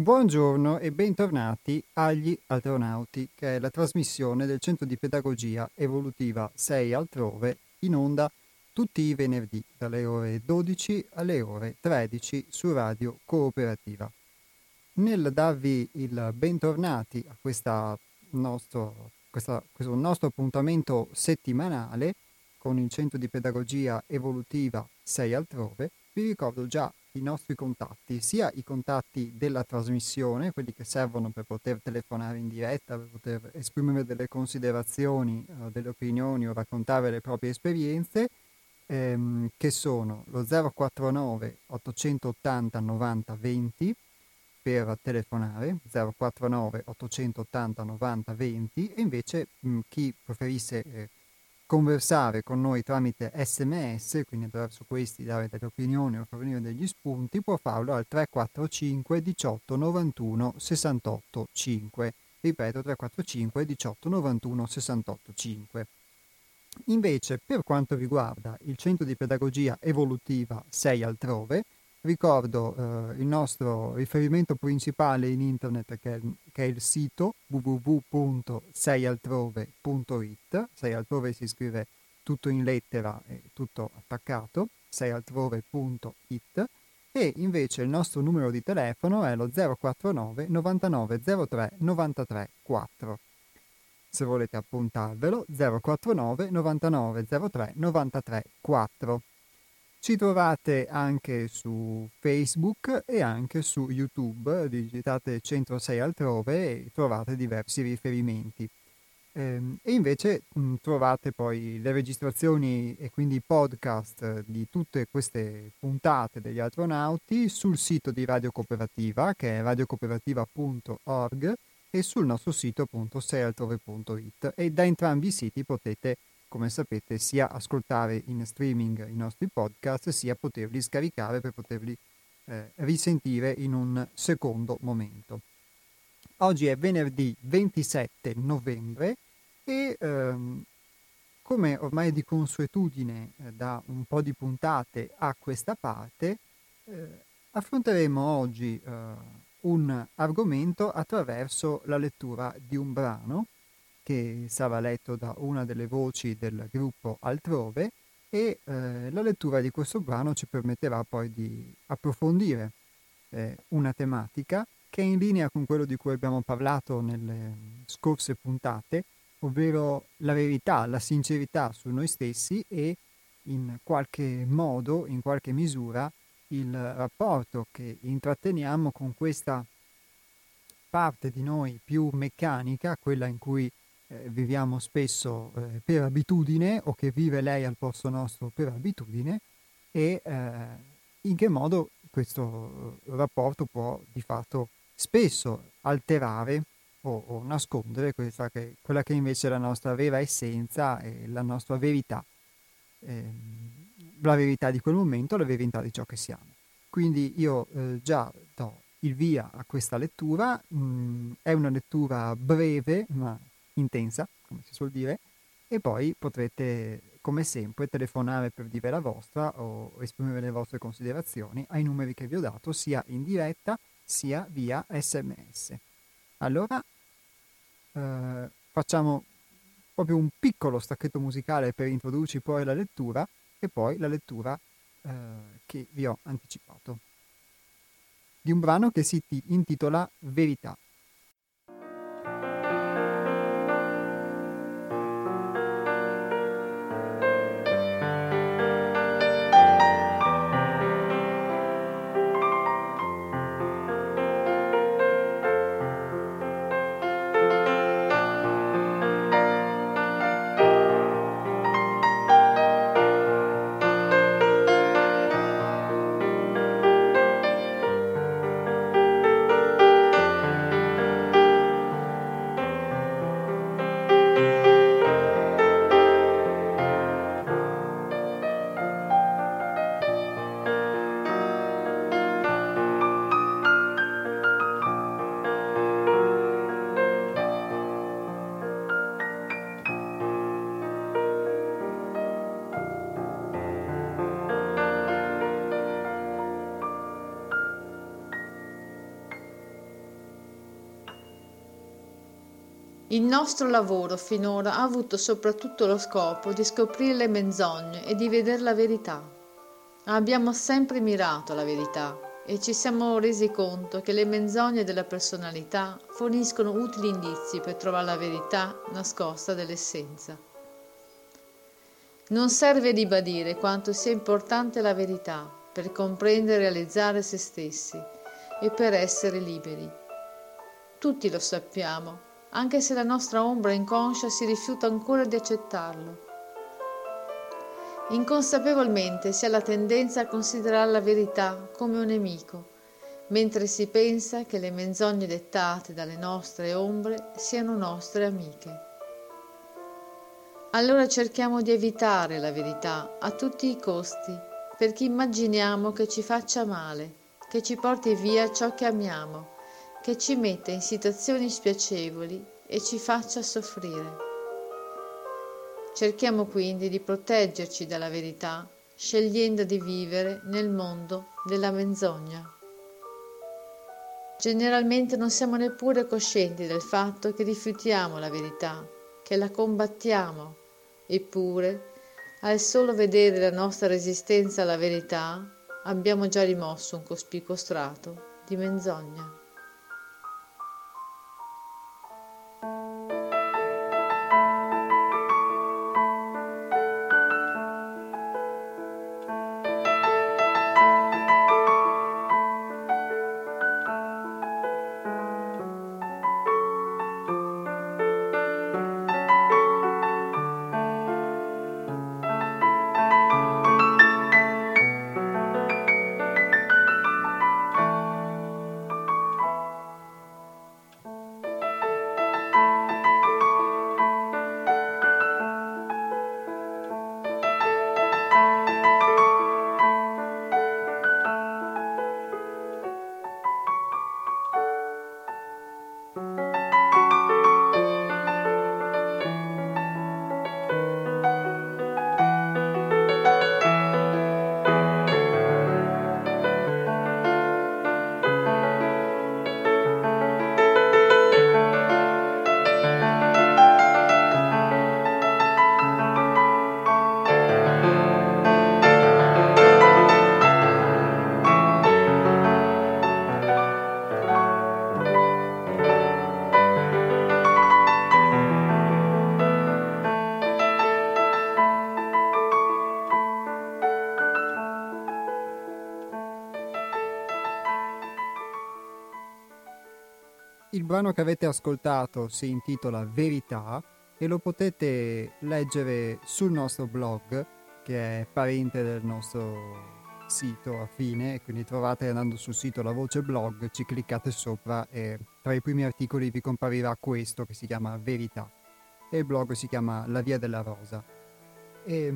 Buongiorno e bentornati agli Astronauti, che è la trasmissione del Centro di Pedagogia Evolutiva 6 altrove, in onda tutti i venerdì dalle ore 12 alle ore 13 su Radio Cooperativa. Nel darvi il bentornati a questo nostro appuntamento settimanale con il Centro di Pedagogia Evolutiva 6 altrove, vi ricordo già i nostri contatti, sia i contatti della trasmissione, quelli che servono per poter telefonare in diretta, per poter esprimere delle considerazioni, delle opinioni o raccontare le proprie esperienze, che sono lo 049 880 90 20 per telefonare, 049 880 90 20, e invece chi preferisse conversare con noi tramite SMS, quindi attraverso questi dare delle opinioni o fornire degli spunti, può farlo al 345 18 91 68 5. Ripeto, 345 18 91 68 5. Invece, per quanto riguarda il Centro di Pedagogia Evolutiva 6 altrove, ricordo il nostro riferimento principale in internet che è il sito www.seialtrove.it. 6 altrove si scrive tutto in lettera e tutto attaccato, 6altrove.it, e invece il nostro numero di telefono è lo 049 99 03 93 4. Se volete appuntarvelo, 049 99 03 93 4. Ci trovate anche su Facebook e anche su YouTube, digitate Centro 6 altrove e trovate diversi riferimenti. E invece trovate poi le registrazioni e quindi i podcast di tutte queste puntate degli astronauti sul sito di Radio Cooperativa, che è radiocooperativa.org, e sul nostro sito appunto seialtrove.it, e da entrambi i siti potete, come sapete, sia ascoltare in streaming i nostri podcast, sia poterli scaricare per poterli risentire in un secondo momento. Oggi è venerdì 27 novembre e come ormai è di consuetudine da un po' di puntate a questa parte, affronteremo oggi un argomento attraverso la lettura di un brano che sarà letto da una delle voci del gruppo Altrove, e la lettura di questo brano ci permetterà poi di approfondire una tematica che è in linea con quello di cui abbiamo parlato nelle scorse puntate, ovvero la verità, la sincerità su noi stessi e in qualche modo, in qualche misura, il rapporto che intratteniamo con questa parte di noi più meccanica, quella in cui viviamo spesso per abitudine, o che vive lei al posto nostro per abitudine, e in che modo questo rapporto può di fatto spesso alterare o nascondere quella che invece è la nostra vera essenza e la nostra verità, la verità di quel momento, la verità di ciò che siamo. Quindi io già do il via a questa lettura. È una lettura breve ma intensa, come si suol dire, e poi potrete, come sempre, telefonare per dire la vostra o esprimere le vostre considerazioni ai numeri che vi ho dato, sia in diretta sia via SMS. Allora, facciamo proprio un piccolo stacchetto musicale per introdurci poi la lettura, e poi la lettura che vi ho anticipato, di un brano che si intitola Verità. Il nostro lavoro finora ha avuto soprattutto lo scopo di scoprire le menzogne e di vedere la verità. Abbiamo sempre mirato alla verità e ci siamo resi conto che le menzogne della personalità forniscono utili indizi per trovare la verità nascosta dell'essenza. Non serve ribadire quanto sia importante la verità per comprendere e realizzare se stessi e per essere liberi. Tutti lo sappiamo, anche se la nostra ombra inconscia si rifiuta ancora di accettarlo. Inconsapevolmente si ha la tendenza a considerare la verità come un nemico, mentre si pensa che le menzogne dettate dalle nostre ombre siano nostre amiche. Allora cerchiamo di evitare la verità a tutti i costi, perché immaginiamo che ci faccia male, che ci porti via ciò che amiamo, che ci metta in situazioni spiacevoli e ci faccia soffrire. Cerchiamo quindi di proteggerci dalla verità, scegliendo di vivere nel mondo della menzogna. Generalmente non siamo neppure coscienti del fatto che rifiutiamo la verità, che la combattiamo, eppure, al solo vedere la nostra resistenza alla verità, abbiamo già rimosso un cospicuo strato di menzogna. Il brano che avete ascoltato si intitola Verità e lo potete leggere sul nostro blog, che è parente del nostro sito affine, e quindi trovate andando sul sito la voce blog, ci cliccate sopra e tra i primi articoli vi comparirà questo che si chiama Verità e il blog si chiama La Via della Rosa. E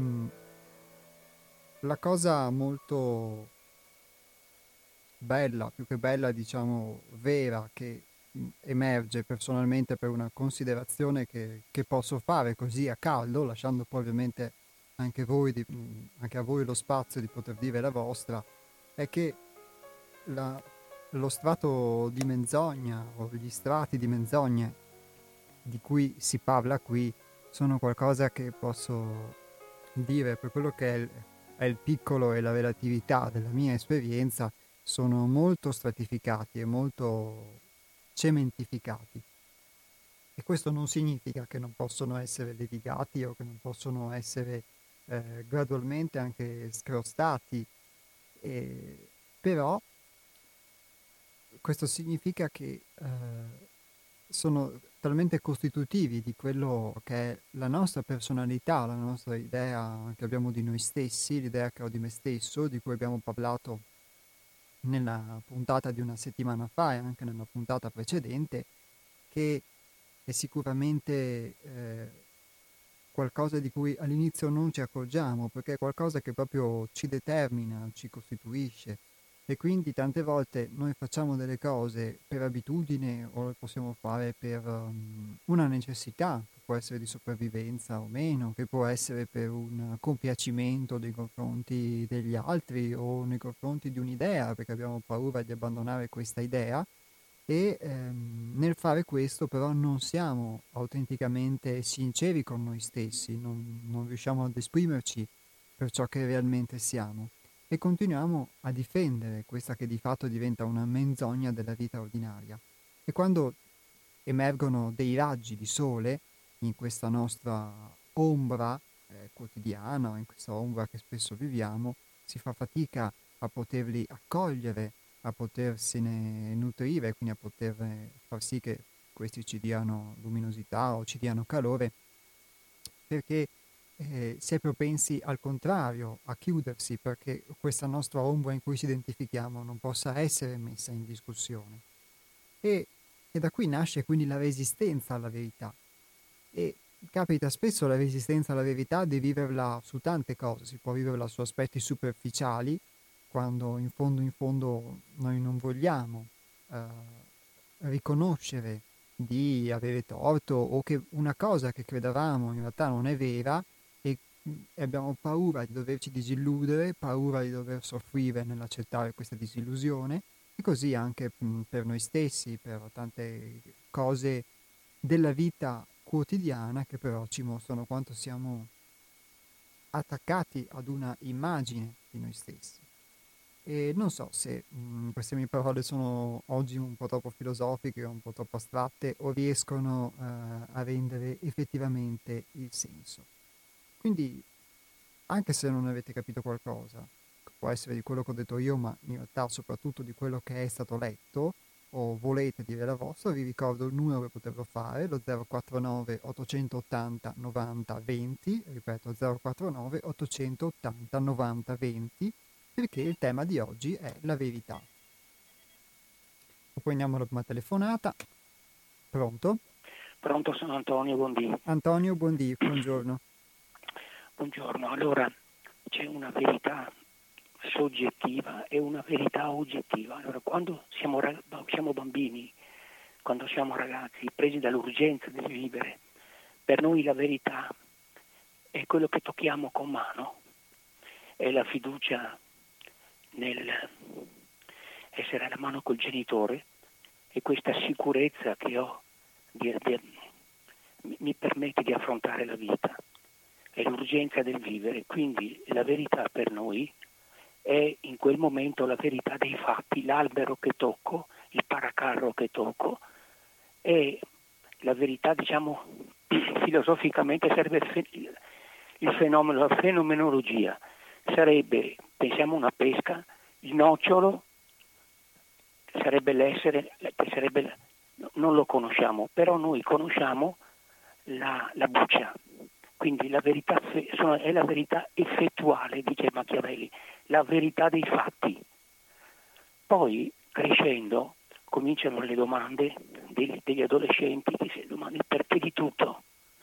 la cosa molto bella, più che bella diciamo vera, che emerge personalmente per una considerazione che posso fare così a caldo, lasciando poi ovviamente anche anche a voi lo spazio di poter dire la vostra, è che la- lo strato di menzogna o gli strati di menzogne di cui si parla qui sono qualcosa che posso dire per quello che è il piccolo e la relatività della mia esperienza, sono molto stratificati e molto cementificati. E questo non significa che non possono essere levigati o che non possono essere gradualmente anche scrostati, però questo significa che sono talmente costitutivi di quello che è la nostra personalità, la nostra idea che abbiamo di noi stessi, l'idea che ho di me stesso, di cui abbiamo parlato nella puntata di una settimana fa e anche nella puntata precedente, che è sicuramente qualcosa di cui all'inizio non ci accorgiamo, perché è qualcosa che proprio ci determina, ci costituisce. E quindi tante volte noi facciamo delle cose per abitudine o le possiamo fare per una necessità, che può essere di sopravvivenza o meno, che può essere per un compiacimento nei confronti degli altri o nei confronti di un'idea, perché abbiamo paura di abbandonare questa idea. e nel fare questo però non siamo autenticamente sinceri con noi stessi, non riusciamo ad esprimerci per ciò che realmente siamo e continuiamo a difendere questa che di fatto diventa una menzogna della vita ordinaria. E quando emergono dei raggi di sole in questa nostra ombra quotidiana, o in questa ombra che spesso viviamo, si fa fatica a poterli accogliere, a potersene nutrire, quindi a poter far sì che questi ci diano luminosità o ci diano calore, perché si è propensi al contrario a chiudersi, perché questa nostra ombra in cui ci identifichiamo non possa essere messa in discussione. E, e da qui nasce quindi la resistenza alla verità. E capita spesso la resistenza alla verità di viverla su tante cose, si può viverla su aspetti superficiali, quando in fondo noi non vogliamo riconoscere di avere torto o che una cosa che credevamo in realtà non è vera e abbiamo paura di doverci disilludere, paura di dover soffrire nell'accettare questa disillusione e così anche per noi stessi, per tante cose della vita quotidiana che però ci mostrano quanto siamo attaccati ad una immagine di noi stessi. E non so se queste mie parole sono oggi un po' troppo filosofiche, un po' troppo astratte o riescono a rendere effettivamente il senso. Quindi, anche se non avete capito qualcosa, può essere di quello che ho detto io, ma in realtà soprattutto di quello che è stato letto, o volete dire la vostra, vi ricordo il numero per poterlo fare, lo 049 880 90 20, ripeto 049 880 90 20, perché il tema di oggi è la verità. Prendiamo la prima telefonata. Pronto? Pronto, sono Antonio, buondì. Antonio, buongiorno. Buongiorno, allora c'è una verità soggettiva e una verità oggettiva. Allora, quando siamo bambini, quando siamo ragazzi, presi dall'urgenza di vivere, per noi la verità è quello che tocchiamo con mano, è la fiducia nel essere alla mano col genitore e questa sicurezza che ho mi permette di affrontare la vita. È l'urgenza del vivere, quindi la verità per noi è in quel momento la verità dei fatti, l'albero che tocco, il paracarro che tocco, e la verità, diciamo, filosoficamente sarebbe il fenomeno, la fenomenologia, sarebbe, pensiamo a una pesca, il nocciolo sarebbe l'essere, che sarebbe, non lo conosciamo, però noi conosciamo la buccia. Quindi la verità è la verità effettuale, dice Machiavelli, la verità dei fatti. Poi, crescendo, cominciano le domande degli adolescenti, che si domandano il perché di tutto.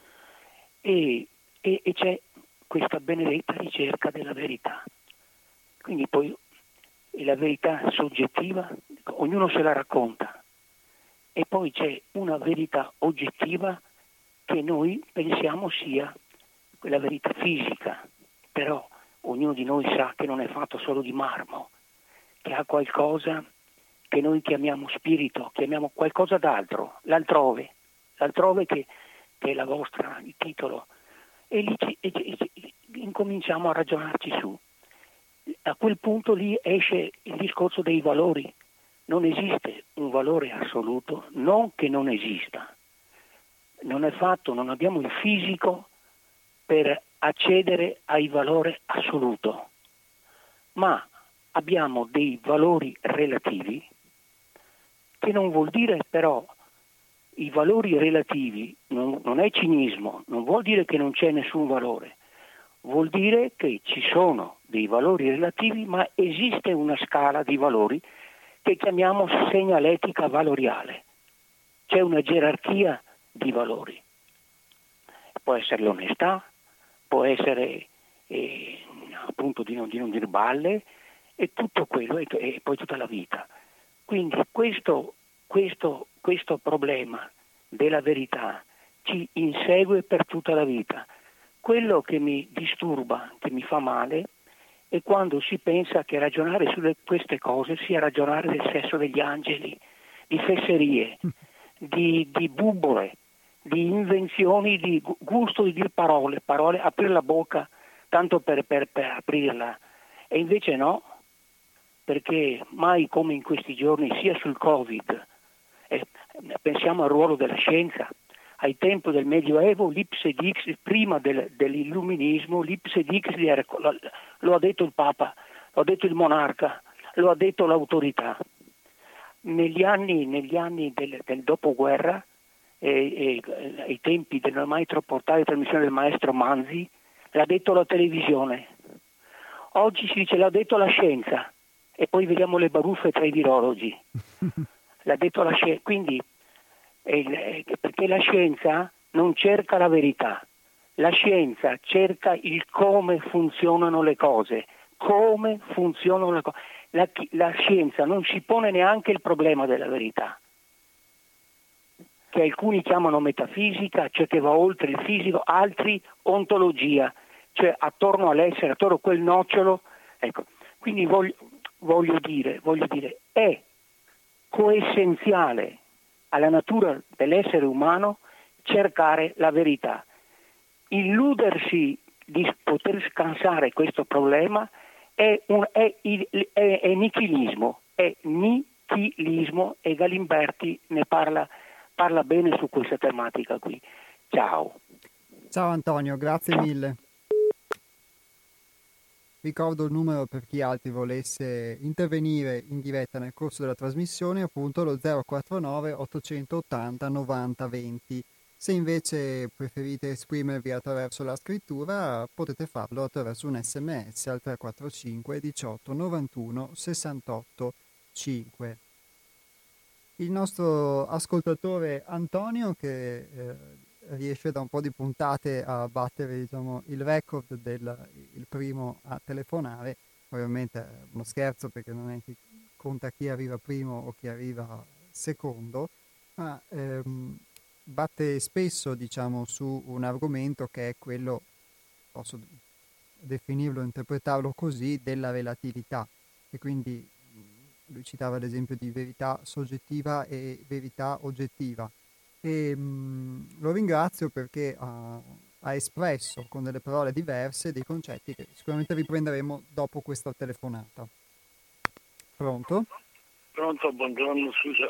E c'è questa benedetta ricerca della verità. Quindi poi la verità soggettiva, ognuno se la racconta. E poi c'è una verità oggettiva che noi pensiamo sia quella verità fisica, però ognuno di noi sa che non è fatto solo di marmo, che ha qualcosa che noi chiamiamo spirito, chiamiamo qualcosa d'altro, l'altrove che è il titolo, e lì incominciamo a ragionarci su. A quel punto lì esce il discorso dei valori. Non esiste un valore assoluto, non che non esista. Non abbiamo il fisico per accedere ai valori assoluto, ma abbiamo dei valori relativi, che non vuol dire però i valori relativi, non è cinismo, non vuol dire che non c'è nessun valore, vuol dire che ci sono dei valori relativi, ma esiste una scala di valori che chiamiamo segnaletica valoriale. C'è una gerarchia di valori. Può essere l'onestà, può essere appunto di non dire balle, e tutto quello, e poi tutta la vita. Quindi questo problema della verità ci insegue per tutta la vita. Quello che mi disturba, che mi fa male, è quando si pensa che ragionare su queste cose sia ragionare del sesso degli angeli, di fesserie, di bubbole, di invenzioni, di gusto di dire parole, aprire la bocca tanto per aprirla. E invece no, perché mai come in questi giorni, sia sul Covid, pensiamo al ruolo della scienza, ai tempi del Medioevo, l'ipse dixit, prima dell'illuminismo, l'ipse dixit lo ha detto il Papa, lo ha detto il monarca, lo ha detto l'autorità. Negli anni del dopoguerra, ai tempi del non mai troppo tardi trasmissione del maestro Manzi, l'ha detto la televisione. Oggi si dice l'ha detto la scienza, e poi vediamo le baruffe tra i virologi. L'ha detto la scienza, quindi perché la scienza non cerca la verità, la scienza cerca il come funzionano le cose, come funzionano le cose. La scienza non si pone neanche il problema della verità, che alcuni chiamano metafisica, cioè che va oltre il fisico, altri ontologia, cioè attorno all'essere, attorno a quel nocciolo. Ecco, quindi voglio dire, è coessenziale alla natura dell'essere umano cercare la verità. Illudersi di poter scansare questo problema è nichilismo, e Galimberti ne parla bene su questa tematica qui. Ciao. Ciao Antonio, grazie mille. Ricordo il numero per chi altri volesse intervenire in diretta nel corso della trasmissione, appunto lo 049 880 90 20. Se invece preferite esprimervi attraverso la scrittura, potete farlo attraverso un SMS al 345 18 91 68 5. Il nostro ascoltatore Antonio, che riesce da un po' di puntate a battere, diciamo, il record il primo a telefonare. Ovviamente è uno scherzo, perché non è che conta chi arriva primo o chi arriva secondo, ma batte spesso, diciamo, su un argomento che è quello, posso definirlo, interpretarlo così, della relatività. E quindi lui citava l'esempio di verità soggettiva e verità oggettiva. E lo ringrazio perché ha espresso con delle parole diverse dei concetti che sicuramente riprenderemo dopo questa telefonata. Pronto? Pronto, buongiorno, scusa.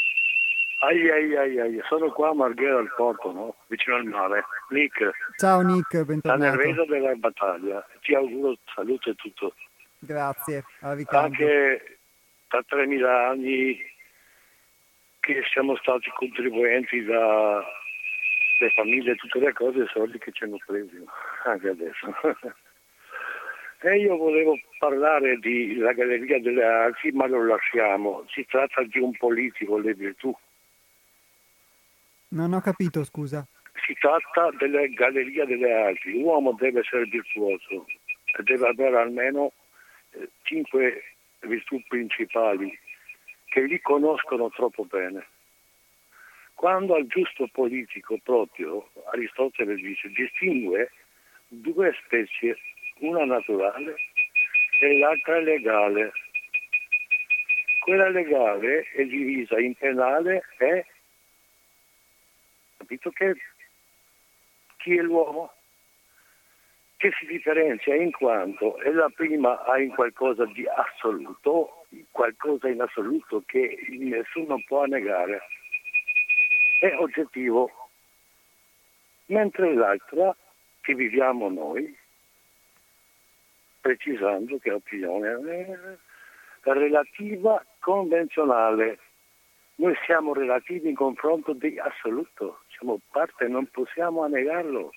Ai, sono qua a Marghera al porto, no? Vicino al mare. Nick. Ciao Nick, La bentornato. nervesa della battaglia. Ti auguro salute e tutto. Grazie, a ricambio. Anche da 3000 anni che siamo stati contribuenti dalle famiglie e tutte le cose, soldi che ci hanno presi, anche adesso. E io volevo parlare della Galleria delle Arti, ma lo lasciamo. Si tratta di un politico, le virtù. Non ho capito, scusa. Si tratta della Galleria delle Arti. L'uomo deve essere virtuoso e deve avere almeno 5 virtù principali che li conoscono troppo bene. Quando al giusto politico proprio, Aristotele dice, distingue 2 specie, una naturale e l'altra legale. Quella legale è divisa in penale e, capito che chi è l'uomo? Che si differenzia in quanto è la prima ha in qualcosa di assoluto, qualcosa in assoluto che nessuno può negare, è oggettivo, mentre l'altra, che viviamo noi, precisando che opinione è relativa convenzionale. Noi siamo relativi in confronto di assoluto, siamo parte, non possiamo negarlo.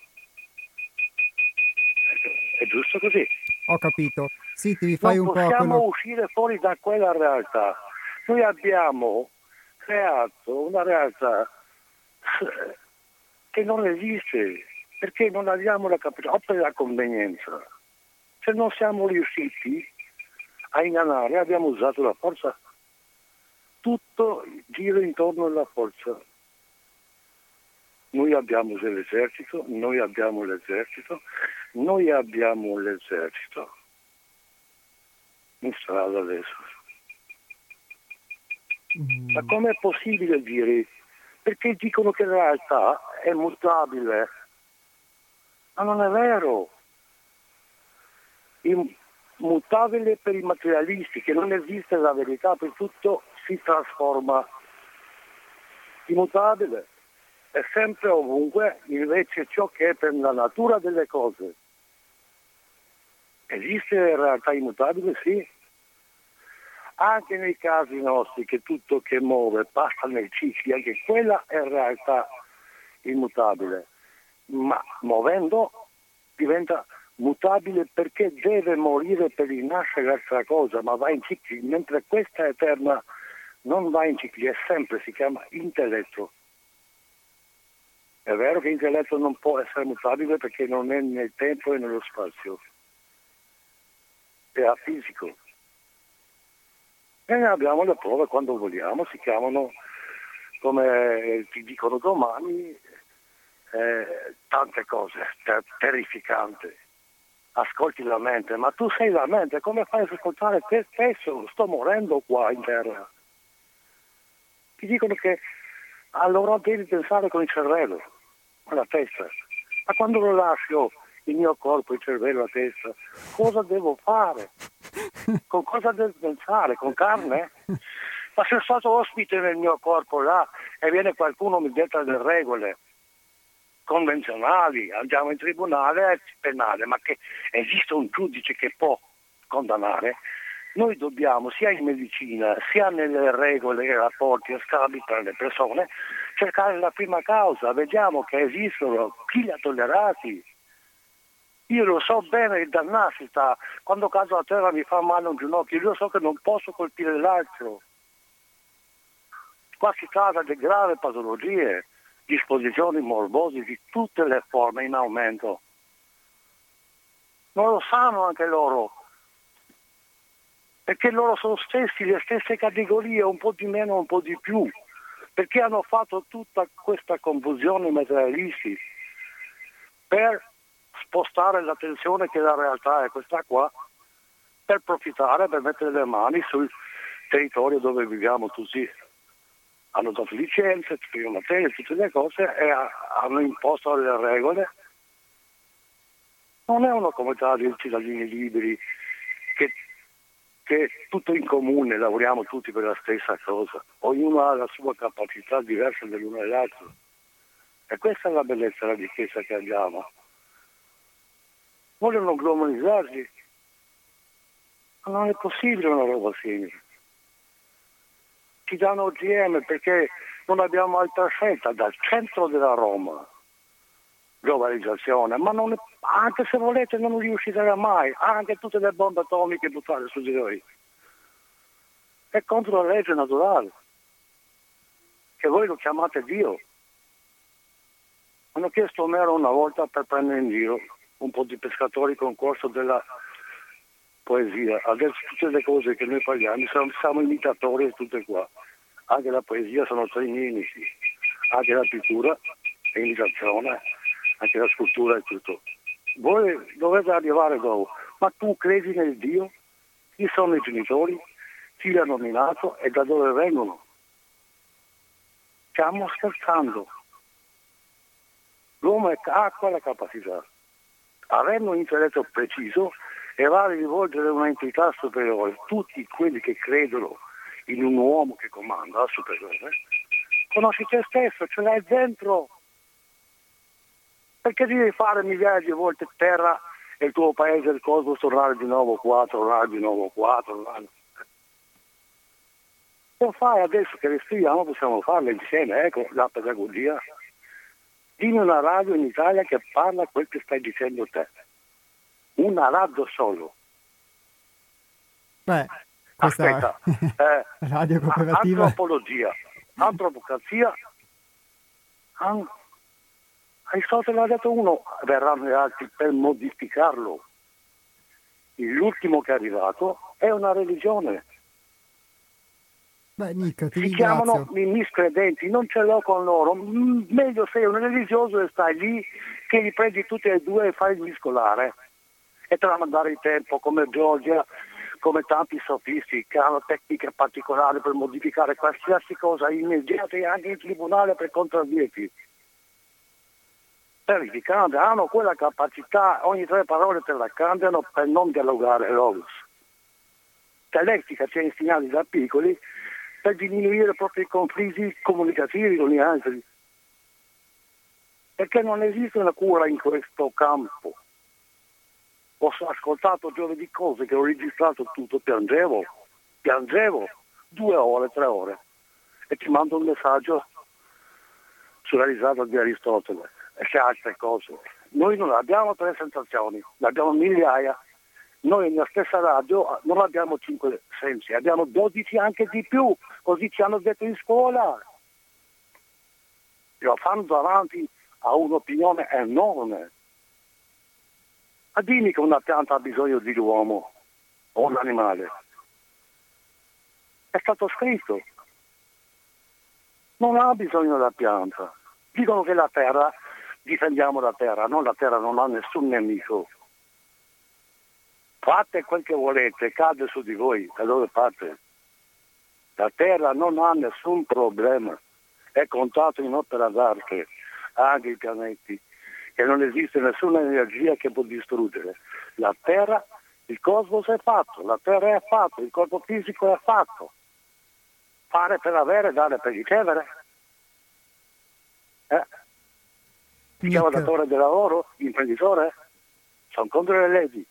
È giusto così. Ho capito. Sì, ti rifai un po' Non possiamo quello... uscire fuori da quella realtà. Noi abbiamo creato una realtà che non esiste, perché non abbiamo la capacità, per la convenienza. Se non siamo riusciti a ingannare, abbiamo usato la forza. Tutto gira intorno alla forza. Noi abbiamo l'esercito, noi abbiamo l'esercito in strada adesso. Ma com'è possibile dire? Perché dicono che la realtà è mutabile. Ma non è vero. Immutabile per i materialisti, che non esiste la verità, per tutto si trasforma. Immutabile è sempre ovunque, invece ciò che è per la natura delle cose. Esiste realtà immutabile? Sì. Anche nei casi nostri, che tutto che muove passa nei cicli, anche quella è realtà immutabile. Ma muovendo diventa mutabile perché deve morire per rinascere altra cosa, ma va in cicli, mentre questa eterna non va in cicli, è sempre, si chiama intelletto. È vero che l'intelletto non può essere mutabile perché non è nel tempo e nello spazio, è afisico. E ne abbiamo le prove quando vogliamo, si chiamano, come ti dicono domani, tante cose terrificanti. Ascolti la mente, ma tu sei la mente, come fai ad ascoltare te stesso? Sto morendo qua in terra. Ti dicono che allora devi pensare con il cervello, con la testa. Ma quando lo lascio il mio corpo, il cervello, la testa, cosa devo fare? Con cosa devo pensare? Con carne? Ma sono stato ospite nel mio corpo là e viene qualcuno mi detta le regole convenzionali, andiamo in tribunale penale, ma che esiste un giudice che può condannare? Noi dobbiamo, sia in medicina, sia nelle regole e rapporti stabili tra le persone, cercare la prima causa. Vediamo che esistono chi li ha tollerati. Io lo so bene, il dannarsi sta, quando cado a terra mi fa male un ginocchio, io so che non posso colpire l'altro. Qua si tratta di gravi patologie, disposizioni morbose di tutte le forme in aumento. Non lo sanno anche loro, perché loro sono stessi, le stesse categorie, un po' di meno, un po' di più, perché hanno fatto tutta questa confusione materialisti per spostare l'attenzione che la realtà è questa qua, per profittare, per mettere le mani sul territorio dove viviamo tutti. Hanno dato licenze, prima materia, tutte le cose e hanno imposto le regole. Non è una comunità di cittadini liberi che tutto in comune, lavoriamo tutti per la stessa cosa. Ognuno ha la sua capacità diversa dell'uno e dall'altro. E questa è la bellezza e la ricchezza che abbiamo. Vogliono globalizzarsi, ma non è possibile una roba simile. Ci danno OGM perché non abbiamo altra scelta dal centro della Roma. Globalizzazione, ma non, anche se volete non riuscirete mai, anche tutte le bombe atomiche buttate su di noi. È contro la legge naturale, che voi lo chiamate Dio. Hanno chiesto a Omero una volta per prendere in giro un po' di pescatori concorso della poesia. Adesso tutte le cose che noi parliamo siamo imitatori e tutte qua. Anche la poesia sono tre inimici, anche la pittura è imitazione, anche la scultura è tutto. Voi dovete arrivare dopo, ma tu credi nel Dio? Chi sono i genitori? Chi li ha nominato e da dove vengono? Stiamo scherzando. L'uomo ha quella capacità, avendo un intelletto preciso, e va a rivolgere una entità superiore. Tutti quelli che credono in un uomo che comanda superiore, conosci te stesso, ce l'hai dentro. Perché devi fare migliaia di volte terra e il tuo paese, il cosmos, tornare di nuovo 4, tornare di nuovo 4, tornare. Lo fai adesso che respiriamo, possiamo farlo insieme, ecco la pedagogia. Dimmi una radio in Italia che parla quel che stai dicendo te. Una radio solo. Beh, questa radio cooperativa. Antropologia, antropocrazia. Aristotele ha detto uno, verranno gli altri per modificarlo. L'ultimo che è arrivato è una religione. Beh, Nick, ti si ringrazio. Chiamano i miscredenti, non ce l'ho con loro. Meglio sei un religioso e stai lì che li prendi tutti e due e fai il miscolare e te la mandare in tempo come Giorgia, come tanti sofisti che hanno tecniche particolari per modificare qualsiasi cosa immediata e anche in tribunale per contraddirti. Verificando, hanno quella capacità, ogni 3 parole te la cambiano per non dialogare logos. Dialettica ci ha insegnato da piccoli per diminuire proprio i conflitti comunicativi con gli altri. Perché non esiste una cura in questo campo. Ho ascoltato giovedì cose che ho registrato tutto, piangevo 2 ore, 3 ore e ti mando un messaggio sulla risata di Aristotele e c'è altre cose. Noi non abbiamo 3 sensazioni, ne abbiamo migliaia. Noi nella stessa radio non abbiamo 5 sensi, abbiamo 12 anche di più, così ci hanno detto in scuola. Lo fanno davanti a un'opinione enorme. Ma dimmi che una pianta ha bisogno di l'uomo o un animale. È stato scritto. Non ha bisogno della pianta. Dicono che la terra, difendiamo la terra. No, la terra non ha nessun nemico. Fate quel che volete, cade su di voi, da dove fate. La terra non ha nessun problema. È contato in opera d'arte, anche i pianeti. Che non esiste nessuna energia che può distruggere. La Terra, il cosmos è fatto, la Terra è fatto, il corpo fisico è fatto. Fare per avere, dare per ricevere. Si chiama datore del lavoro, imprenditore. Sono contro le leggi.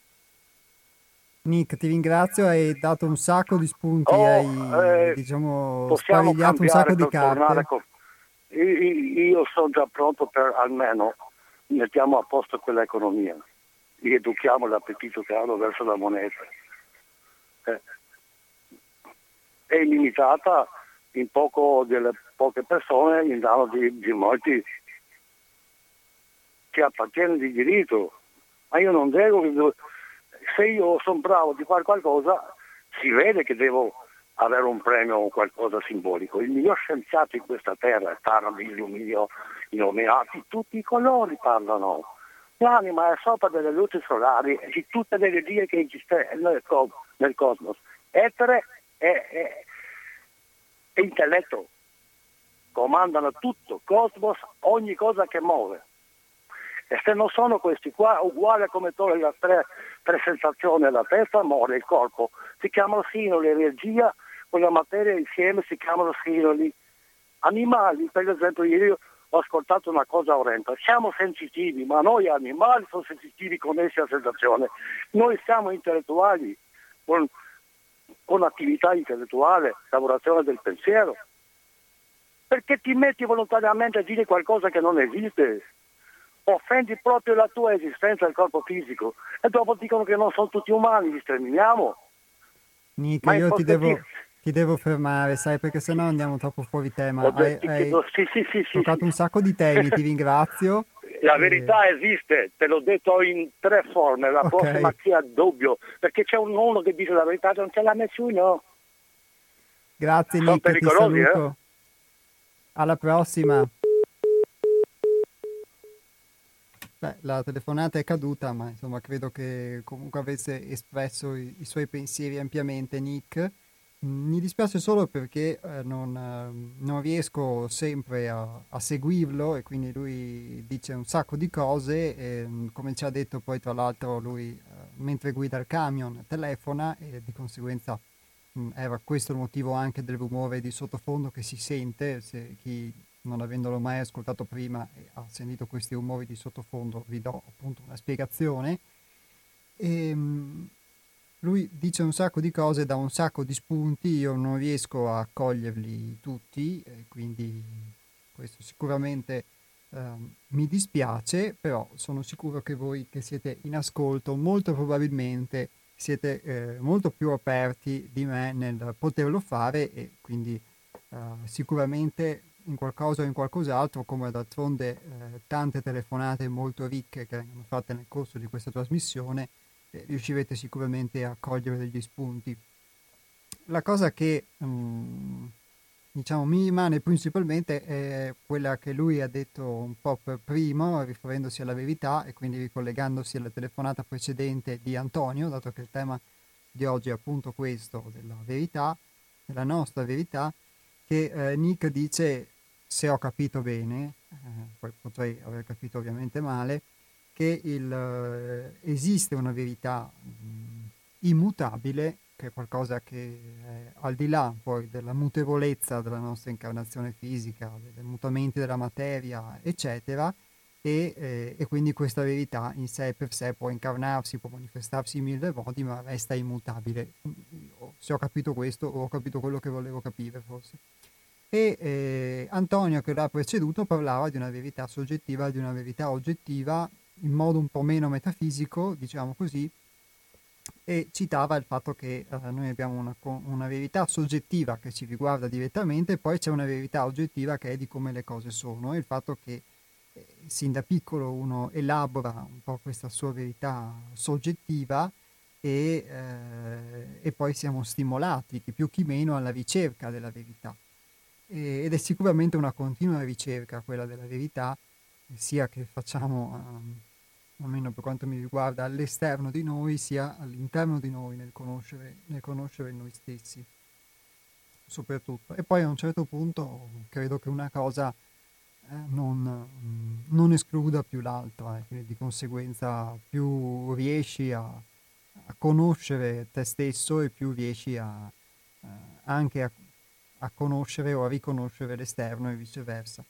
Nick, ti ringrazio, hai dato un sacco di spunti, hai sparigliato un sacco di carte. Io sono già pronto per almeno mettiamo a posto quell'economia, rieduchiamo l'appetito che hanno verso la moneta. È limitata in delle poche persone in danno di molti che appartiene di diritto. Ma io non devo, se io sono bravo di fare qualcosa, si vede che devo avere un premio o qualcosa simbolico. Il miglior scienziato in questa terra, parlano di illuminati, tutti i colori parlano. L'anima è sopra delle luci solari e di tutte le energie che esistono nel cosmos. Etere e intelletto comandano tutto, cosmos, ogni cosa che muove. E se non sono questi qua, uguale come togliere le 3 sensazioni alla testa, muore il corpo. Si chiamano sinoli, l'energia con la materia insieme si chiamano sinoli. Animali, per esempio, io ho ascoltato una cosa orrenda. Siamo sensitivi, ma noi animali sono sensitivi connessi alla sensazione. Noi siamo intellettuali, con attività intellettuale, lavorazione del pensiero. Perché ti metti volontariamente a dire qualcosa che non esiste? Offendi proprio la tua esistenza, il corpo fisico, e dopo dicono che non sono tutti umani, li sterminiamo. Nick, io ti devo fermare, sai, perché sennò andiamo troppo fuori tema. Hai toccato un sacco di temi, ti ringrazio. La verità esiste, te l'ho detto in 3 forme, la prossima chi ha dubbio, perché c'è uno che dice la verità, non ce l'ha nessuno. Grazie Nick, ti saluto. Alla prossima. Beh, la telefonata è caduta, ma insomma credo che comunque avesse espresso i suoi pensieri ampiamente Nick. Mi dispiace solo perché non riesco sempre a seguirlo e quindi lui dice un sacco di cose e, come ci ha detto poi tra l'altro lui mentre guida il camion telefona e di conseguenza era questo il motivo anche del rumore di sottofondo che si sente. Se chi non avendolo mai ascoltato prima e ha sentito questi rumori di sottofondo vi do appunto una spiegazione. Lui dice un sacco di cose, dà un sacco di spunti, io non riesco a coglierli tutti, quindi questo sicuramente mi dispiace, però sono sicuro che voi che siete in ascolto molto probabilmente siete molto più aperti di me nel poterlo fare e quindi sicuramente in qualcosa o in qualcos'altro, come d'altronde tante telefonate molto ricche che vengono fatte nel corso di questa trasmissione, riuscirete sicuramente a cogliere degli spunti. La cosa che diciamo mi rimane principalmente è quella che lui ha detto un po' per primo, riferendosi alla verità e quindi ricollegandosi alla telefonata precedente di Antonio, dato che il tema di oggi è appunto questo, della verità, della nostra verità, che Nick dice, se ho capito bene, poi potrei aver capito ovviamente male, che esiste una verità immutabile, che è qualcosa che è al di là poi della mutevolezza della nostra incarnazione fisica, dei mutamenti della materia, eccetera, e quindi questa verità in sé per sé può incarnarsi, può manifestarsi in mille modi, ma resta immutabile. Se ho capito questo, o ho capito quello che volevo capire forse. E Antonio, che l'ha preceduto, parlava di una verità soggettiva e di una verità oggettiva in modo un po' meno metafisico, diciamo così, e citava il fatto che noi abbiamo una verità soggettiva che ci riguarda direttamente, e poi c'è una verità oggettiva che è di come le cose sono, e il fatto che sin da piccolo uno elabora un po' questa sua verità soggettiva e poi siamo stimolati, chi più chi meno, alla ricerca della verità. Ed è sicuramente una continua ricerca quella della verità, sia che facciamo, almeno per quanto mi riguarda, all'esterno di noi, sia all'interno di noi, nel conoscere noi stessi, soprattutto. E poi a un certo punto credo che una cosa non escluda più l'altra, quindi di conseguenza più riesci a conoscere te stesso e più riesci anche a conoscere o a riconoscere l'esterno e viceversa.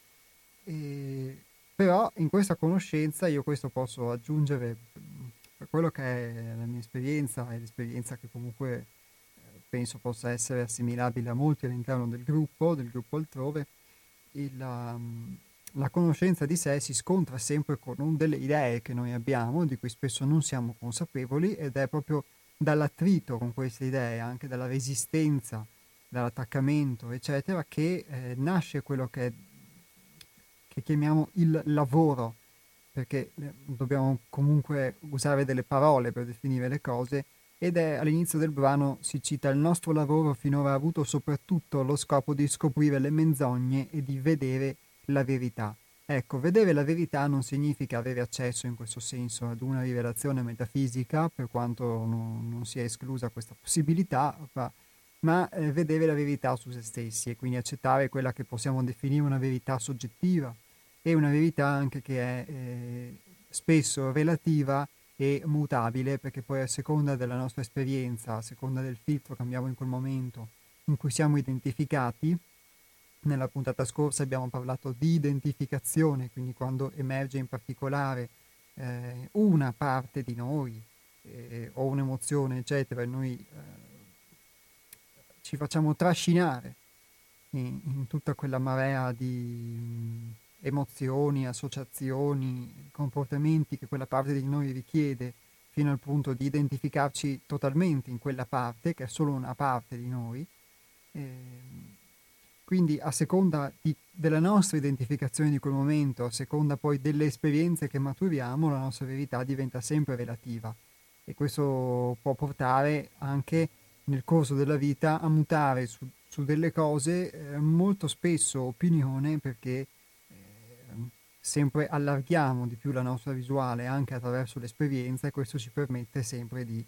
Però in questa conoscenza io questo posso aggiungere, per quello che è la mia esperienza e l'esperienza che comunque penso possa essere assimilabile a molti all'interno del gruppo altrove, la conoscenza di sé si scontra sempre con delle idee che noi abbiamo, di cui spesso non siamo consapevoli, ed è proprio dall'attrito con queste idee, anche dalla resistenza, dall'attaccamento, eccetera, che nasce quello che chiamiamo il lavoro, perché dobbiamo comunque usare delle parole per definire le cose, ed è all'inizio del brano si cita: il nostro lavoro finora ha avuto soprattutto lo scopo di scoprire le menzogne e di vedere la verità. Ecco, vedere la verità non significa avere accesso in questo senso ad una rivelazione metafisica, per quanto non sia esclusa questa possibilità, ma vedere la verità su se stessi, e quindi accettare quella che possiamo definire una verità soggettiva, e una verità anche che è spesso relativa e mutabile, perché poi a seconda della nostra esperienza, a seconda del filtro che abbiamo in quel momento in cui siamo identificati. Nella puntata scorsa abbiamo parlato di identificazione, quindi quando emerge in particolare una parte di noi o un'emozione, eccetera, e noi ci facciamo trascinare in tutta quella marea di emozioni, associazioni, comportamenti che quella parte di noi richiede, fino al punto di identificarci totalmente in quella parte, che è solo una parte di noi. Quindi a seconda della nostra identificazione di quel momento, a seconda poi delle esperienze che maturiamo, la nostra verità diventa sempre relativa, e questo può portare anche nel corso della vita a mutare su delle cose, molto spesso opinione, perché sempre allarghiamo di più la nostra visuale anche attraverso l'esperienza, e questo ci permette sempre di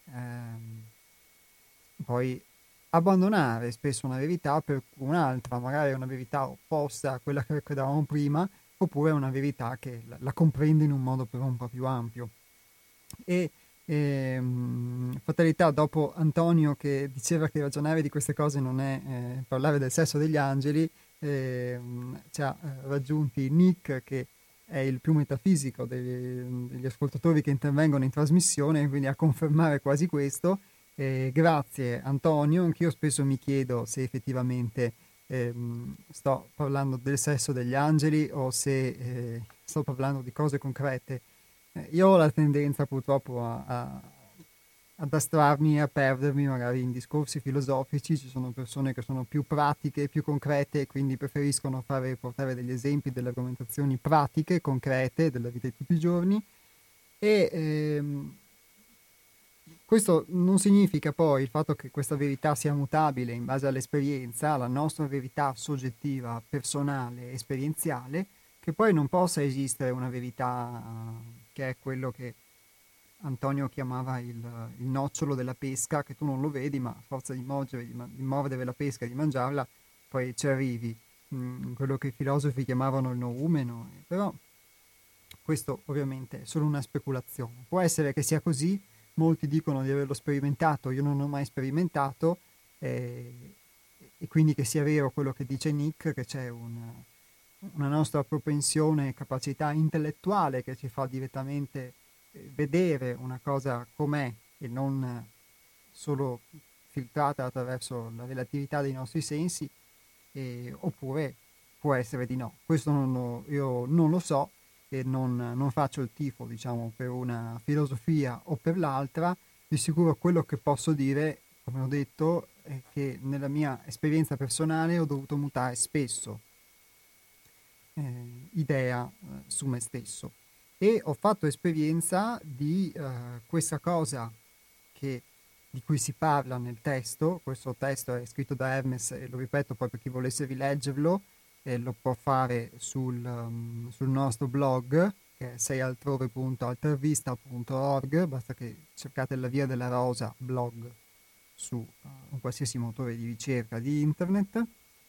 poi abbandonare spesso una verità per un'altra, magari una verità opposta a quella che credevamo prima, oppure una verità che la comprende in un modo però un po' più ampio. E fatalità, dopo Antonio che diceva che ragionare di queste cose non è parlare del sesso degli angeli, ci ha raggiunti Nick, che è il più metafisico degli ascoltatori che intervengono in trasmissione, quindi a confermare quasi questo. Grazie Antonio, anch'io spesso mi chiedo se effettivamente sto parlando del sesso degli angeli o se sto parlando di cose concrete. Io ho la tendenza purtroppo ad astrarmi e a perdermi magari in discorsi filosofici. Ci sono persone che sono più pratiche, più concrete, e quindi preferiscono portare degli esempi, delle argomentazioni pratiche, concrete, della vita di tutti i giorni, e questo non significa poi il fatto che questa verità sia mutabile in base all'esperienza, alla nostra verità soggettiva, personale, esperienziale, che poi non possa esistere una verità che è quello che Antonio chiamava il nocciolo della pesca, che tu non lo vedi, ma a forza di mordere la pesca e di mangiarla, poi ci arrivi. Quello che i filosofi chiamavano il noumeno, però questo ovviamente è solo una speculazione. Può essere che sia così, molti dicono di averlo sperimentato, io non ho mai sperimentato, e quindi che sia vero quello che dice Nick, che c'è una nostra propensione e capacità intellettuale che ci fa direttamente vedere una cosa com'è e non solo filtrata attraverso la relatività dei nostri sensi, oppure può essere di no. Questo io non lo so e non faccio il tifo, diciamo, per una filosofia o per l'altra. Di sicuro quello che posso dire, come ho detto, è che nella mia esperienza personale ho dovuto mutare spesso idea su me stesso, e ho fatto esperienza di questa cosa di cui si parla nel testo. Questo testo è scritto da Hermes e lo ripeto poi per chi volesse rileggerlo, lo può fare sul nostro blog, che è seialtrove.altervista.org. Basta che cercate la Via della Rosa blog su un qualsiasi motore di ricerca di internet.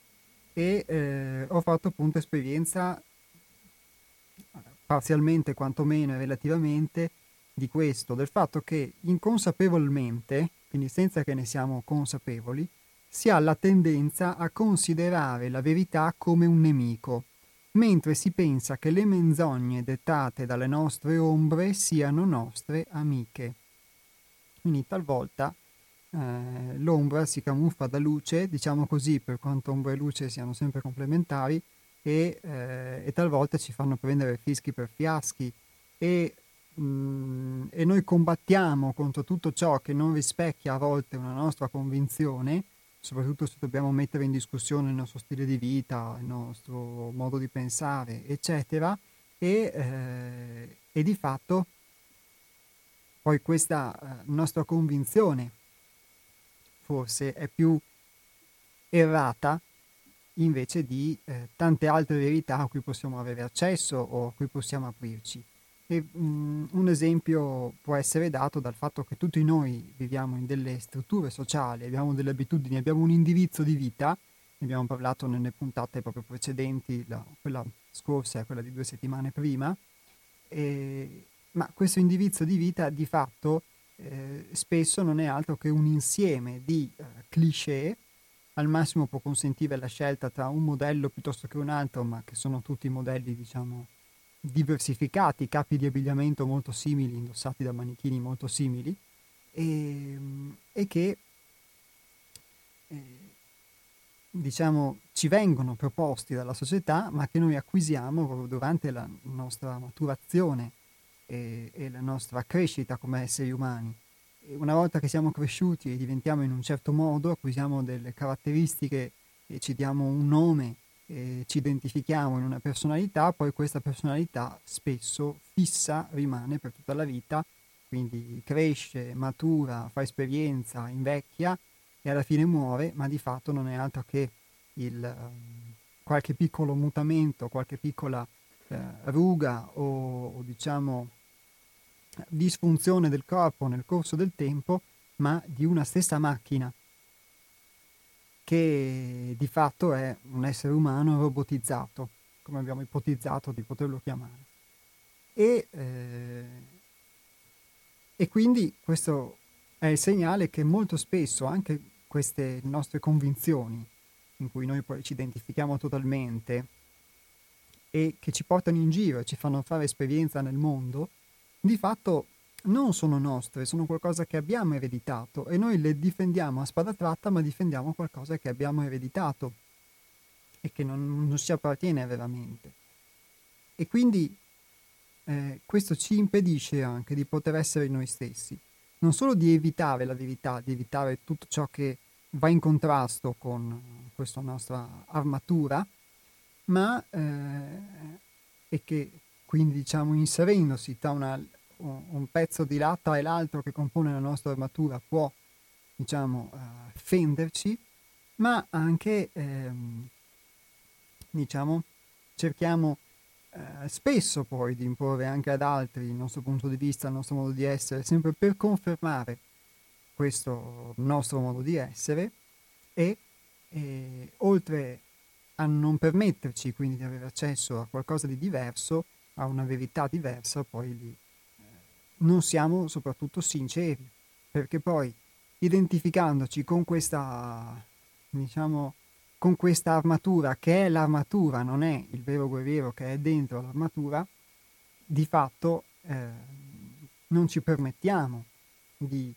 E ho fatto appunto esperienza parzialmente, quantomeno e relativamente, di questo, del fatto che inconsapevolmente, quindi senza che ne siamo consapevoli, si ha la tendenza a considerare la verità come un nemico, mentre si pensa che le menzogne dettate dalle nostre ombre siano nostre amiche. Quindi talvolta l'ombra si camuffa da luce, diciamo così, per quanto ombra e luce siano sempre complementari, e talvolta ci fanno prendere fischi per fiaschi, e noi combattiamo contro tutto ciò che non rispecchia a volte una nostra convinzione, soprattutto se dobbiamo mettere in discussione il nostro stile di vita, il nostro modo di pensare, eccetera, e di fatto poi questa nostra convinzione forse è più errata invece di tante altre verità a cui possiamo avere accesso o a cui possiamo aprirci. E, un esempio può essere dato dal fatto che tutti noi viviamo in delle strutture sociali, abbiamo delle abitudini, abbiamo un indirizzo di vita, ne abbiamo parlato nelle puntate proprio precedenti, quella scorsa e quella di 2 settimane prima, ma questo indirizzo di vita di fatto spesso non è altro che un insieme di cliché. Al massimo può consentire la scelta tra un modello piuttosto che un altro, ma che sono tutti modelli, diciamo, diversificati, capi di abbigliamento molto simili, indossati da manichini molto simili, e che diciamo ci vengono proposti dalla società, ma che noi acquisiamo proprio durante la nostra maturazione e la nostra crescita come esseri umani. E una volta che siamo cresciuti e diventiamo in un certo modo, acquisiamo delle caratteristiche e ci diamo un nome, e ci identifichiamo in una personalità, poi questa personalità spesso fissa rimane per tutta la vita, quindi cresce, matura, fa esperienza, invecchia e alla fine muore, ma di fatto non è altro che qualche piccolo mutamento, qualche piccola ruga o diciamo disfunzione del corpo nel corso del tempo, ma di una stessa macchina che di fatto è un essere umano robotizzato, come abbiamo ipotizzato di poterlo chiamare. E quindi questo è il segnale che molto spesso anche queste nostre convinzioni, in cui noi poi ci identifichiamo totalmente e che ci portano in giro e ci fanno fare esperienza nel mondo, di fatto non sono nostre, sono qualcosa che abbiamo ereditato e noi le difendiamo a spada tratta, ma difendiamo qualcosa che abbiamo ereditato e che non ci appartiene veramente. E quindi questo ci impedisce anche di poter essere noi stessi, non solo di evitare la verità, di evitare tutto ciò che va in contrasto con questa nostra armatura, ma e che quindi diciamo inserendosi tra un pezzo di latta e l'altro che compone la nostra armatura può diciamo fenderci, ma anche diciamo cerchiamo spesso poi di imporre anche ad altri il nostro punto di vista, il nostro modo di essere, sempre per confermare questo nostro modo di essere e oltre a non permetterci quindi di avere accesso a qualcosa di diverso, a una verità diversa, poi lì non siamo soprattutto sinceri, perché poi identificandoci con questa, diciamo, con questa armatura che è l'armatura, non è il vero guerriero che è dentro l'armatura, di fatto non ci permettiamo di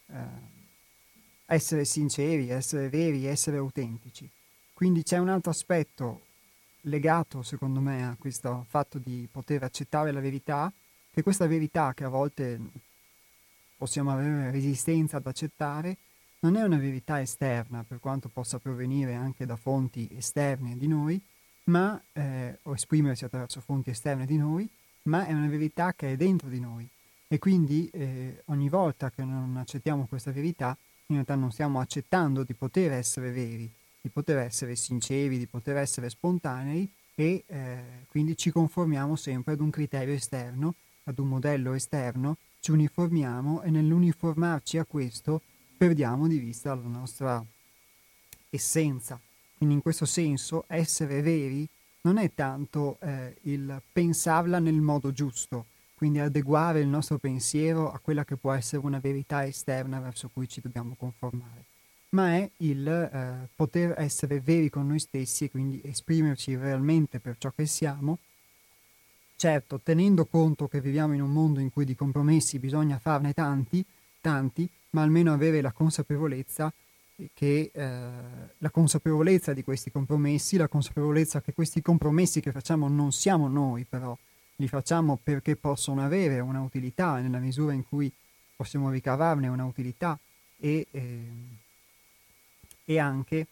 essere sinceri, essere veri, essere autentici. Quindi c'è un altro aspetto legato, secondo me, a questo fatto di poter accettare la verità, che questa verità che a volte possiamo avere resistenza ad accettare, non è una verità esterna, per quanto possa provenire anche da fonti esterne di noi, ma, o esprimersi attraverso fonti esterne di noi, ma è una verità che è dentro di noi. E quindi ogni volta che non accettiamo questa verità, in realtà non stiamo accettando di poter essere veri, di poter essere sinceri, di poter essere spontanei e quindi ci conformiamo sempre ad un criterio esterno, ad un modello esterno, ci uniformiamo e nell'uniformarci a questo perdiamo di vista la nostra essenza. Quindi in questo senso essere veri non è tanto il pensarla nel modo giusto, quindi adeguare il nostro pensiero a quella che può essere una verità esterna verso cui ci dobbiamo conformare, ma è il poter essere veri con noi stessi e quindi esprimerci realmente per ciò che siamo, certo tenendo conto che viviamo in un mondo in cui di compromessi bisogna farne tanti, ma almeno avere la consapevolezza che la consapevolezza di questi compromessi, la consapevolezza che questi compromessi che facciamo non siamo noi, però li facciamo perché possono avere una utilità nella misura in cui possiamo ricavarne una utilità e anche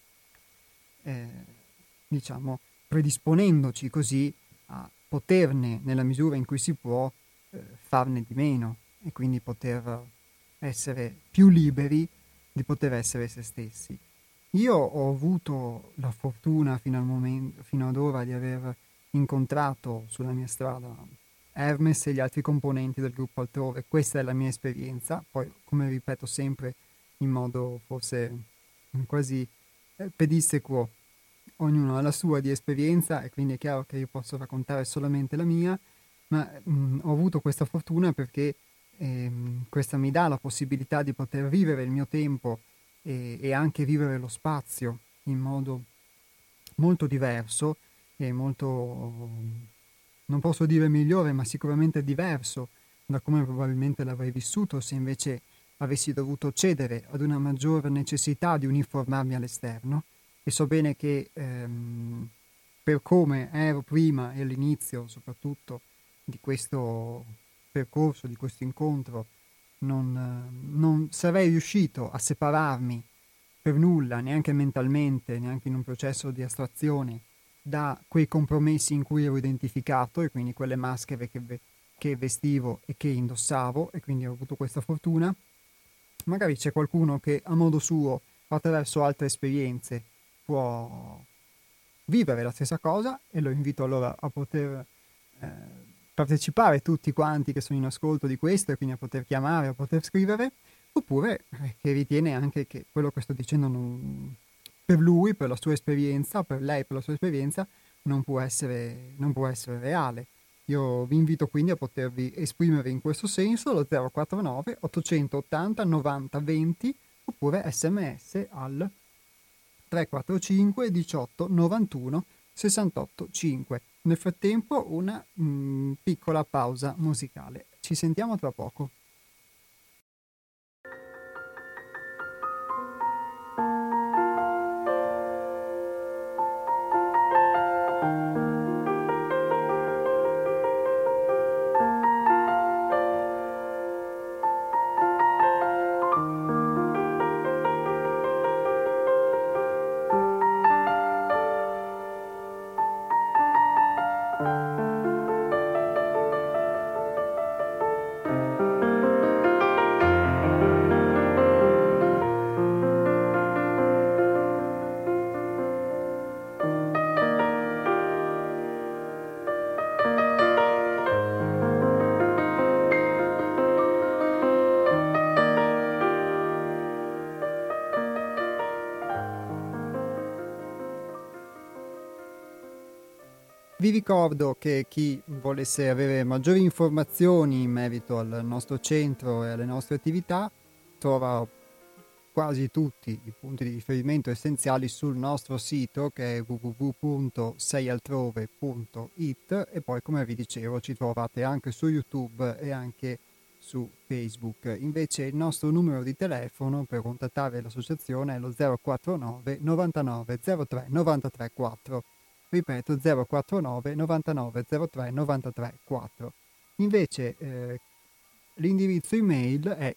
diciamo predisponendoci così a poterne nella misura in cui si può farne di meno e quindi poter essere più liberi di poter essere se stessi. Io ho avuto la fortuna fino ad ora di aver incontrato sulla mia strada Hermes e gli altri componenti del gruppo altrove. Questa è la mia esperienza, poi come ripeto sempre in modo forse quasi pedissequo, ognuno ha la sua di esperienza e quindi è chiaro che io posso raccontare solamente la mia, ma ho avuto questa fortuna perché questa mi dà la possibilità di poter vivere il mio tempo e anche vivere lo spazio in modo molto diverso e molto, non posso dire migliore, ma sicuramente diverso da come probabilmente l'avrei vissuto se invece avessi dovuto cedere ad una maggior necessità di uniformarmi all'esterno. E so bene che per come ero prima e all'inizio soprattutto di questo percorso, di questo incontro, non sarei riuscito a separarmi per nulla, neanche mentalmente, neanche in un processo di astrazione, da quei compromessi in cui ero identificato e quindi quelle maschere che vestivo e che indossavo, e quindi ho avuto questa fortuna. Magari c'è qualcuno che a modo suo, attraverso altre esperienze, può vivere la stessa cosa e lo invito allora a poter partecipare tutti quanti che sono in ascolto di questo e quindi a poter chiamare, a poter scrivere, oppure che ritiene anche che quello che sto dicendo per lui, per la sua esperienza, per lei, per la sua esperienza, non può essere reale. Io vi invito quindi a potervi esprimere in questo senso allo 049 880 90 20 oppure sms al 345 18 91 68 5. Nel frattempo una piccola pausa musicale. Ci sentiamo tra poco. Vi ricordo che chi volesse avere maggiori informazioni in merito al nostro centro e alle nostre attività trova quasi tutti i punti di riferimento essenziali sul nostro sito, che è www.seialtrove.it, e poi, come vi dicevo, ci trovate anche su YouTube e anche su Facebook. Invece il nostro numero di telefono per contattare l'associazione è lo 049 99 03 93 4. Ripeto, 049 99 03 93 4. Invece l'indirizzo email è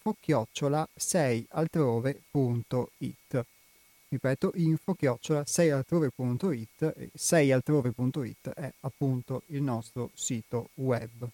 info@seialtrove.it. Ripeto, info@seialtrove.it, e seialtrove.it è appunto il nostro sito web.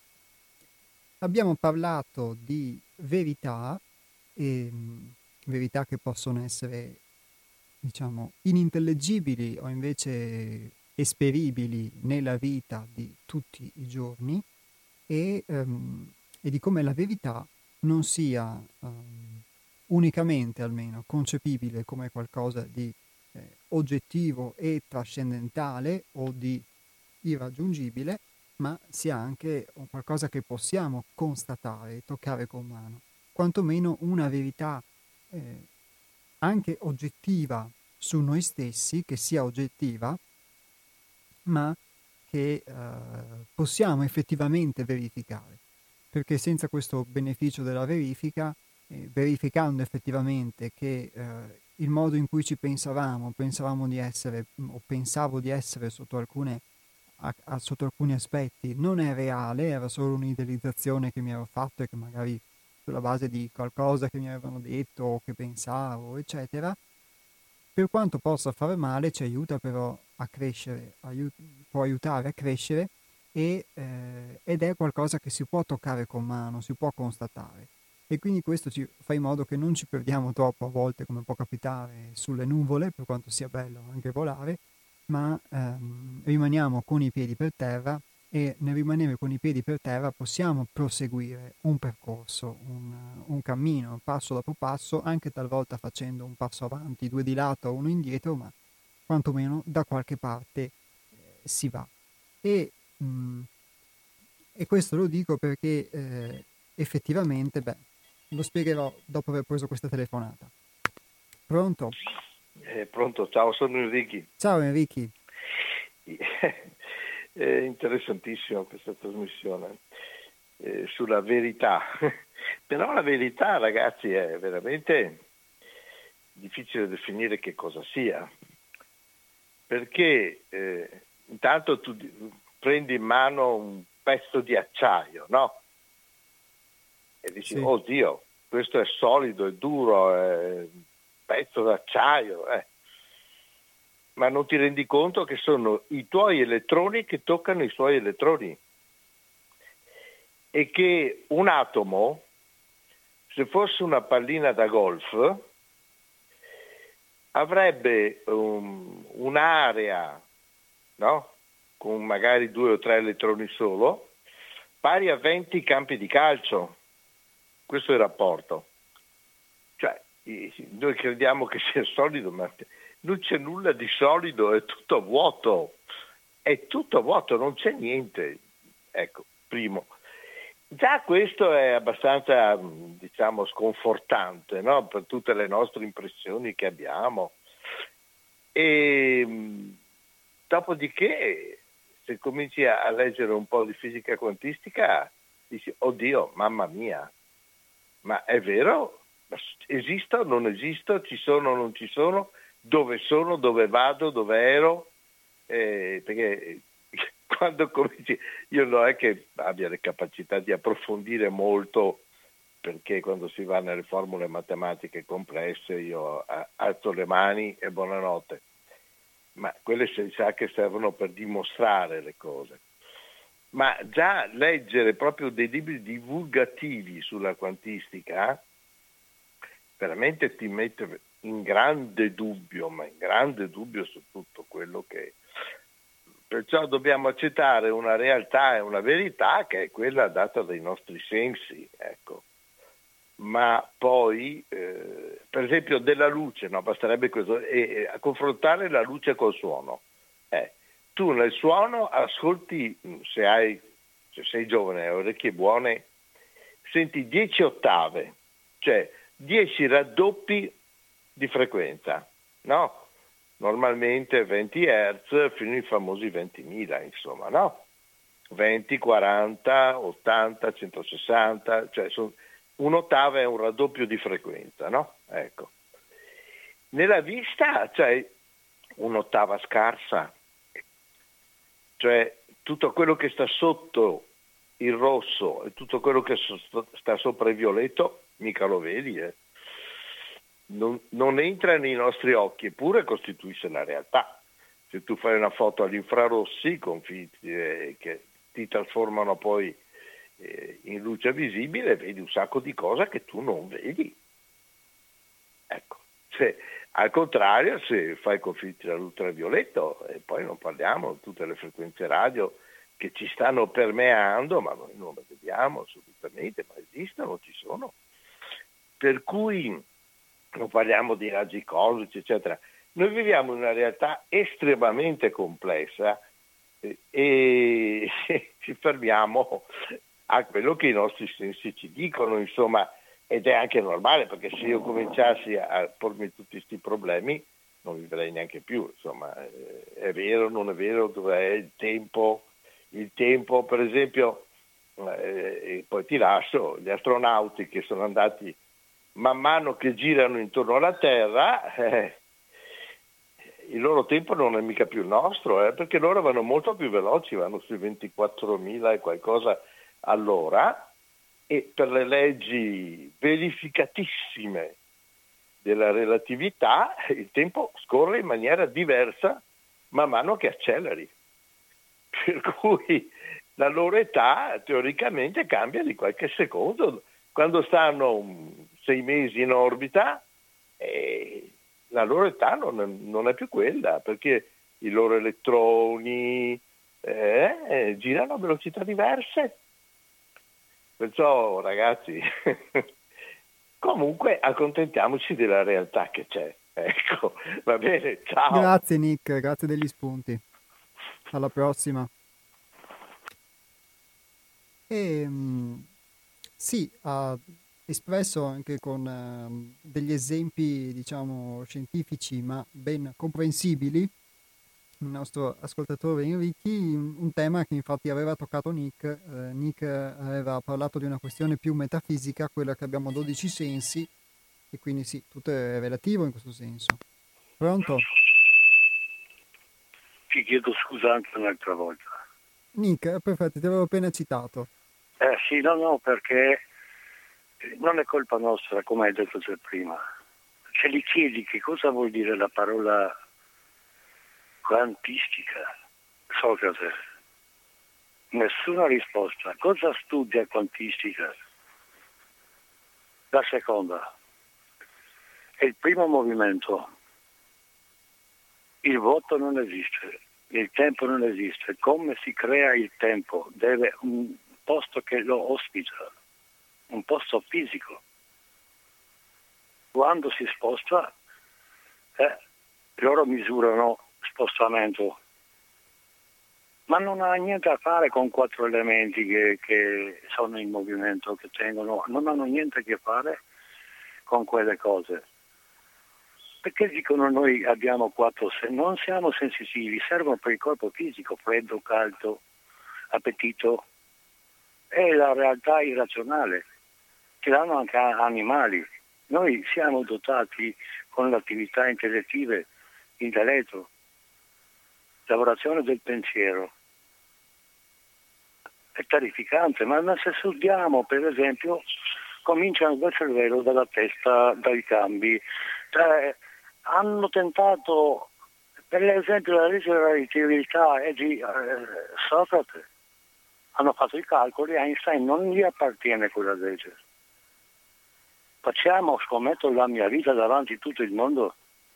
Abbiamo parlato di verità, e verità che possono essere, diciamo, inintellegibili o invece esperibili nella vita di tutti i giorni, e di come la verità non sia unicamente, almeno, concepibile come qualcosa di oggettivo e trascendentale o di irraggiungibile, ma sia anche qualcosa che possiamo constatare, toccare con mano, quantomeno una verità anche oggettiva su noi stessi, che sia oggettiva, ma che possiamo effettivamente verificare, perché senza questo beneficio della verifica, verificando effettivamente che il modo in cui ci pensavamo di essere, o pensavo di essere sotto alcuni aspetti, non è reale, era solo un'idealizzazione che mi ero fatto e che magari sulla base di qualcosa che mi avevano detto o che pensavo, eccetera, per quanto possa fare male, ci aiuta però a crescere, può aiutare a crescere, ed è qualcosa che si può toccare con mano, si può constatare. E quindi questo ci fa in modo che non ci perdiamo troppo, a volte, come può capitare, sulle nuvole, per quanto sia bello anche volare, ma rimaniamo con i piedi per terra, e nel rimanere con i piedi per terra possiamo proseguire un percorso, un cammino, passo dopo passo, anche talvolta facendo un passo avanti, due di lato, uno indietro, ma quantomeno da qualche parte si va. E questo lo dico perché effettivamente, lo spiegherò dopo aver preso questa telefonata. Pronto? Pronto, ciao, sono Enrichi. Ciao Enrichi. È interessantissima questa trasmissione sulla verità. Però la verità, ragazzi, è veramente difficile definire che cosa sia, perché intanto tu prendi in mano un pezzo di acciaio, no? E dici, sì. Oddio, questo è solido, è duro, è un pezzo d'acciaio, ma non ti rendi conto che sono i tuoi elettroni che toccano i suoi elettroni, e che un atomo, se fosse una pallina da golf, avrebbe un'area, no? Con magari 2 o 3 elettroni solo, pari a 20 campi di calcio. Questo è il rapporto. Cioè, noi crediamo che sia solido, ma non c'è nulla di solido, è tutto vuoto, non c'è niente. Ecco, primo. Già questo è abbastanza, diciamo, sconfortante, no? Per tutte le nostre impressioni che abbiamo. E dopodiché, se cominci a leggere un po' di fisica quantistica, dici, oddio, mamma mia, ma è vero? Esisto o non esisto? Ci sono o non ci sono? Dove sono? Dove vado? Dove ero? Perché quando cominci, io non è che abbia le capacità di approfondire molto, perché quando si va nelle formule matematiche complesse io alzo le mani e buonanotte, ma quelle si sa che servono per dimostrare le cose. Ma già leggere proprio dei libri divulgativi sulla quantistica veramente ti mette in grande dubbio, ma in grande dubbio su tutto quello che... Perciò dobbiamo accettare una realtà e una verità che è quella data dai nostri sensi, ecco. Ma poi, per esempio, della luce, no? Basterebbe questo, a confrontare la luce col suono. tu nel suono ascolti, se sei giovane, hai orecchie buone, senti 10 ottave, cioè 10 raddoppi di frequenza, no? Normalmente 20 Hz fino ai famosi 20.000, insomma, no? 20, 40, 80, 160, cioè un'ottava è un raddoppio di frequenza, no? Ecco. Nella vista c'è un'ottava scarsa, cioè tutto quello che sta sotto il rosso e tutto quello che sta sopra il violetto mica lo vedi, non entra nei nostri occhi, eppure costituisce la realtà. Se tu fai una foto all'infrarossi con filtri che ti trasformano poi in luce visibile, vedi un sacco di cose che tu non vedi. Ecco. Al contrario, se fai con filtri all'ultravioletto, e poi non parliamo di tutte le frequenze radio che ci stanno permeando, ma noi non le vediamo assolutamente, ma esistono, ci sono. Per cui non parliamo di raggi cosmici, eccetera. Noi viviamo in una realtà estremamente complessa e ci fermiamo a quello che i nostri sensi ci dicono, insomma, ed è anche normale, perché se io cominciassi a pormi tutti questi problemi non vivrei neanche più, insomma, è vero, non è vero, dov'è il tempo? Il tempo, per esempio, e poi ti lascio, gli astronauti che sono andati man mano che girano intorno alla Terra, il loro tempo non è mica più il nostro, perché loro vanno molto più veloci, vanno sui 24.000 e qualcosa all'ora, e per le leggi verificatissime della relatività il tempo scorre in maniera diversa man mano che acceleri. Per cui la loro età teoricamente cambia di qualche secondo. Quando stanno 6 mesi in orbita, la loro età non è più quella, perché i loro elettroni girano a velocità diverse. Perciò, ragazzi, comunque accontentiamoci della realtà che c'è. Ecco, va bene, ciao. Grazie Nick, grazie degli spunti. Alla prossima. Sì, ha espresso anche con degli esempi, diciamo, scientifici, ma ben comprensibili, il nostro ascoltatore Enrichi, un tema che infatti aveva toccato Nick. Nick aveva parlato di una questione più metafisica, quella che abbiamo 12 sensi, e quindi sì, tutto è relativo in questo senso. Pronto? Ti chiedo scusa anche un'altra volta. Nick, perfetto, ti avevo appena citato. Sì, no, perché non è colpa nostra, come hai detto te prima. Se gli chiedi che cosa vuol dire la parola quantistica, Socrate, nessuna risposta. Cosa studia quantistica? La seconda è il primo movimento. Il vuoto non esiste, il tempo non esiste. Come si crea il tempo? Deve un posto che lo ospita, un posto fisico. Quando si sposta, loro misurano spostamento, ma non ha niente a fare con 4 elementi che sono in movimento, che tengono, non hanno niente a che fare con quelle cose. Perché dicono noi abbiamo 4 sensi? Non siamo sensitivi, servono per il corpo fisico, freddo, caldo, appetito. È la realtà irrazionale, che danno anche animali. Noi siamo dotati con le attività intelletto, lavorazione del pensiero. È terrificante, ma se studiamo, per esempio, cominciano dal cervello, dalla testa, dai cambi. Hanno tentato, per esempio, la legge della relatività è di Socrate. Hanno fatto i calcoli, Einstein non gli appartiene quella legge. Scommetto la mia vita davanti a tutto il mondo.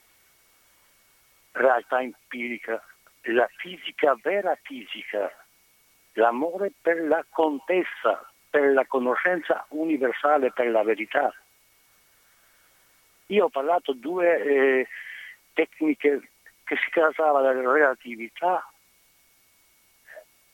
Realtà empirica, la fisica, vera fisica, l'amore per la contessa, per la conoscenza universale, per la verità. Io ho parlato 2 tecniche che si trattava della relatività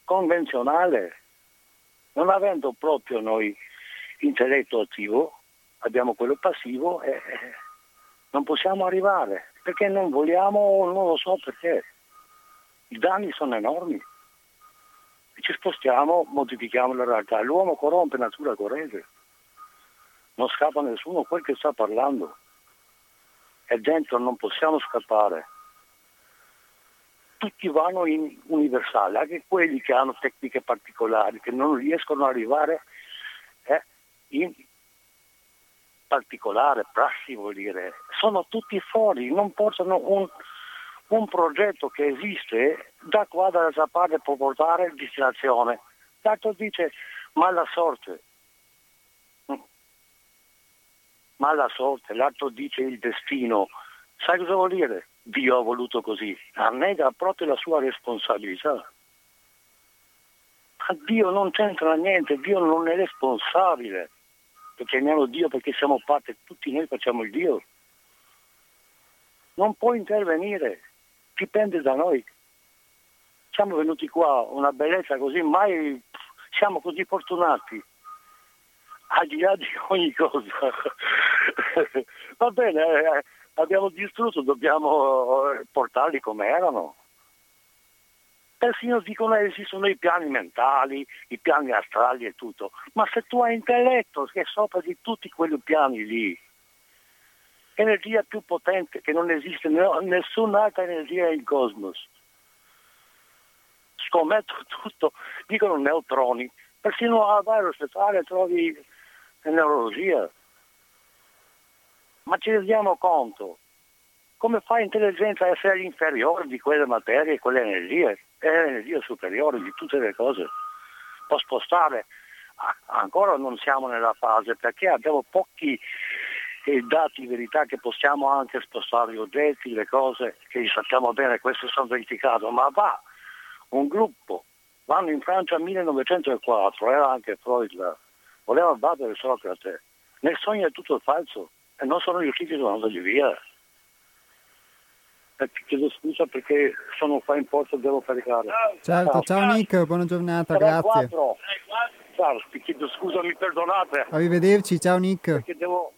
convenzionale, non avendo proprio noi intelletto attivo, abbiamo quello passivo e non possiamo arrivare, perché non vogliamo, non lo so perché. I danni sono enormi. E ci spostiamo, modifichiamo la realtà. L'uomo corrompe, natura corregge. Non scappa nessuno quel che sta parlando. E dentro non possiamo scappare. Tutti vanno in universale, anche quelli che hanno tecniche particolari, che non riescono ad arrivare in particolare, prassi vuol dire. Sono tutti fuori, non portano un progetto che esiste da qua dall'altra parte può portare distrazione. L'altro dice mala sorte, l'altro dice il destino. Sai cosa vuol dire? Dio ha voluto così, annega proprio la sua responsabilità. Ma Dio non c'entra niente, Dio non è responsabile. Lo chiamiamo Dio perché siamo parte, tutti noi facciamo il Dio. Non può intervenire, dipende da noi. Siamo venuti qua, una bellezza così, mai siamo così fortunati, al di là di ogni cosa. Va bene, abbiamo distrutto, dobbiamo portarli come erano. Persino dicono che esistono i piani mentali, i piani astrali e tutto, ma se tu hai intelletto che è sopra di tutti quei piani lì, energia più potente che non esiste nessun'altra energia in cosmos. Scommetto tutto, dicono neutroni, persino a vario spettacolo trovi neurologia. Ma ci rendiamo conto? Come fa l'intelligenza a essere inferiore di quelle materie e quelle energie? È l'energia superiore di tutte le cose. Può spostare. Ancora non siamo nella fase perché abbiamo pochi dati di verità che possiamo anche spostare gli oggetti, le cose che sappiamo bene, questo è stato indicato, ma va un gruppo, vanno in Francia nel 1904, era anche Freud là, voleva battere Socrate, nel sogno è tutto falso e non sono riusciti, sono andati via. Ti chiedo scusa perché sono qua in porto e devo caricare. Certo, ciao Nick, buona giornata, grazie. Ciao, ti chiedo scusa, mi perdonate. Arrivederci, ciao Nick. Perché devo...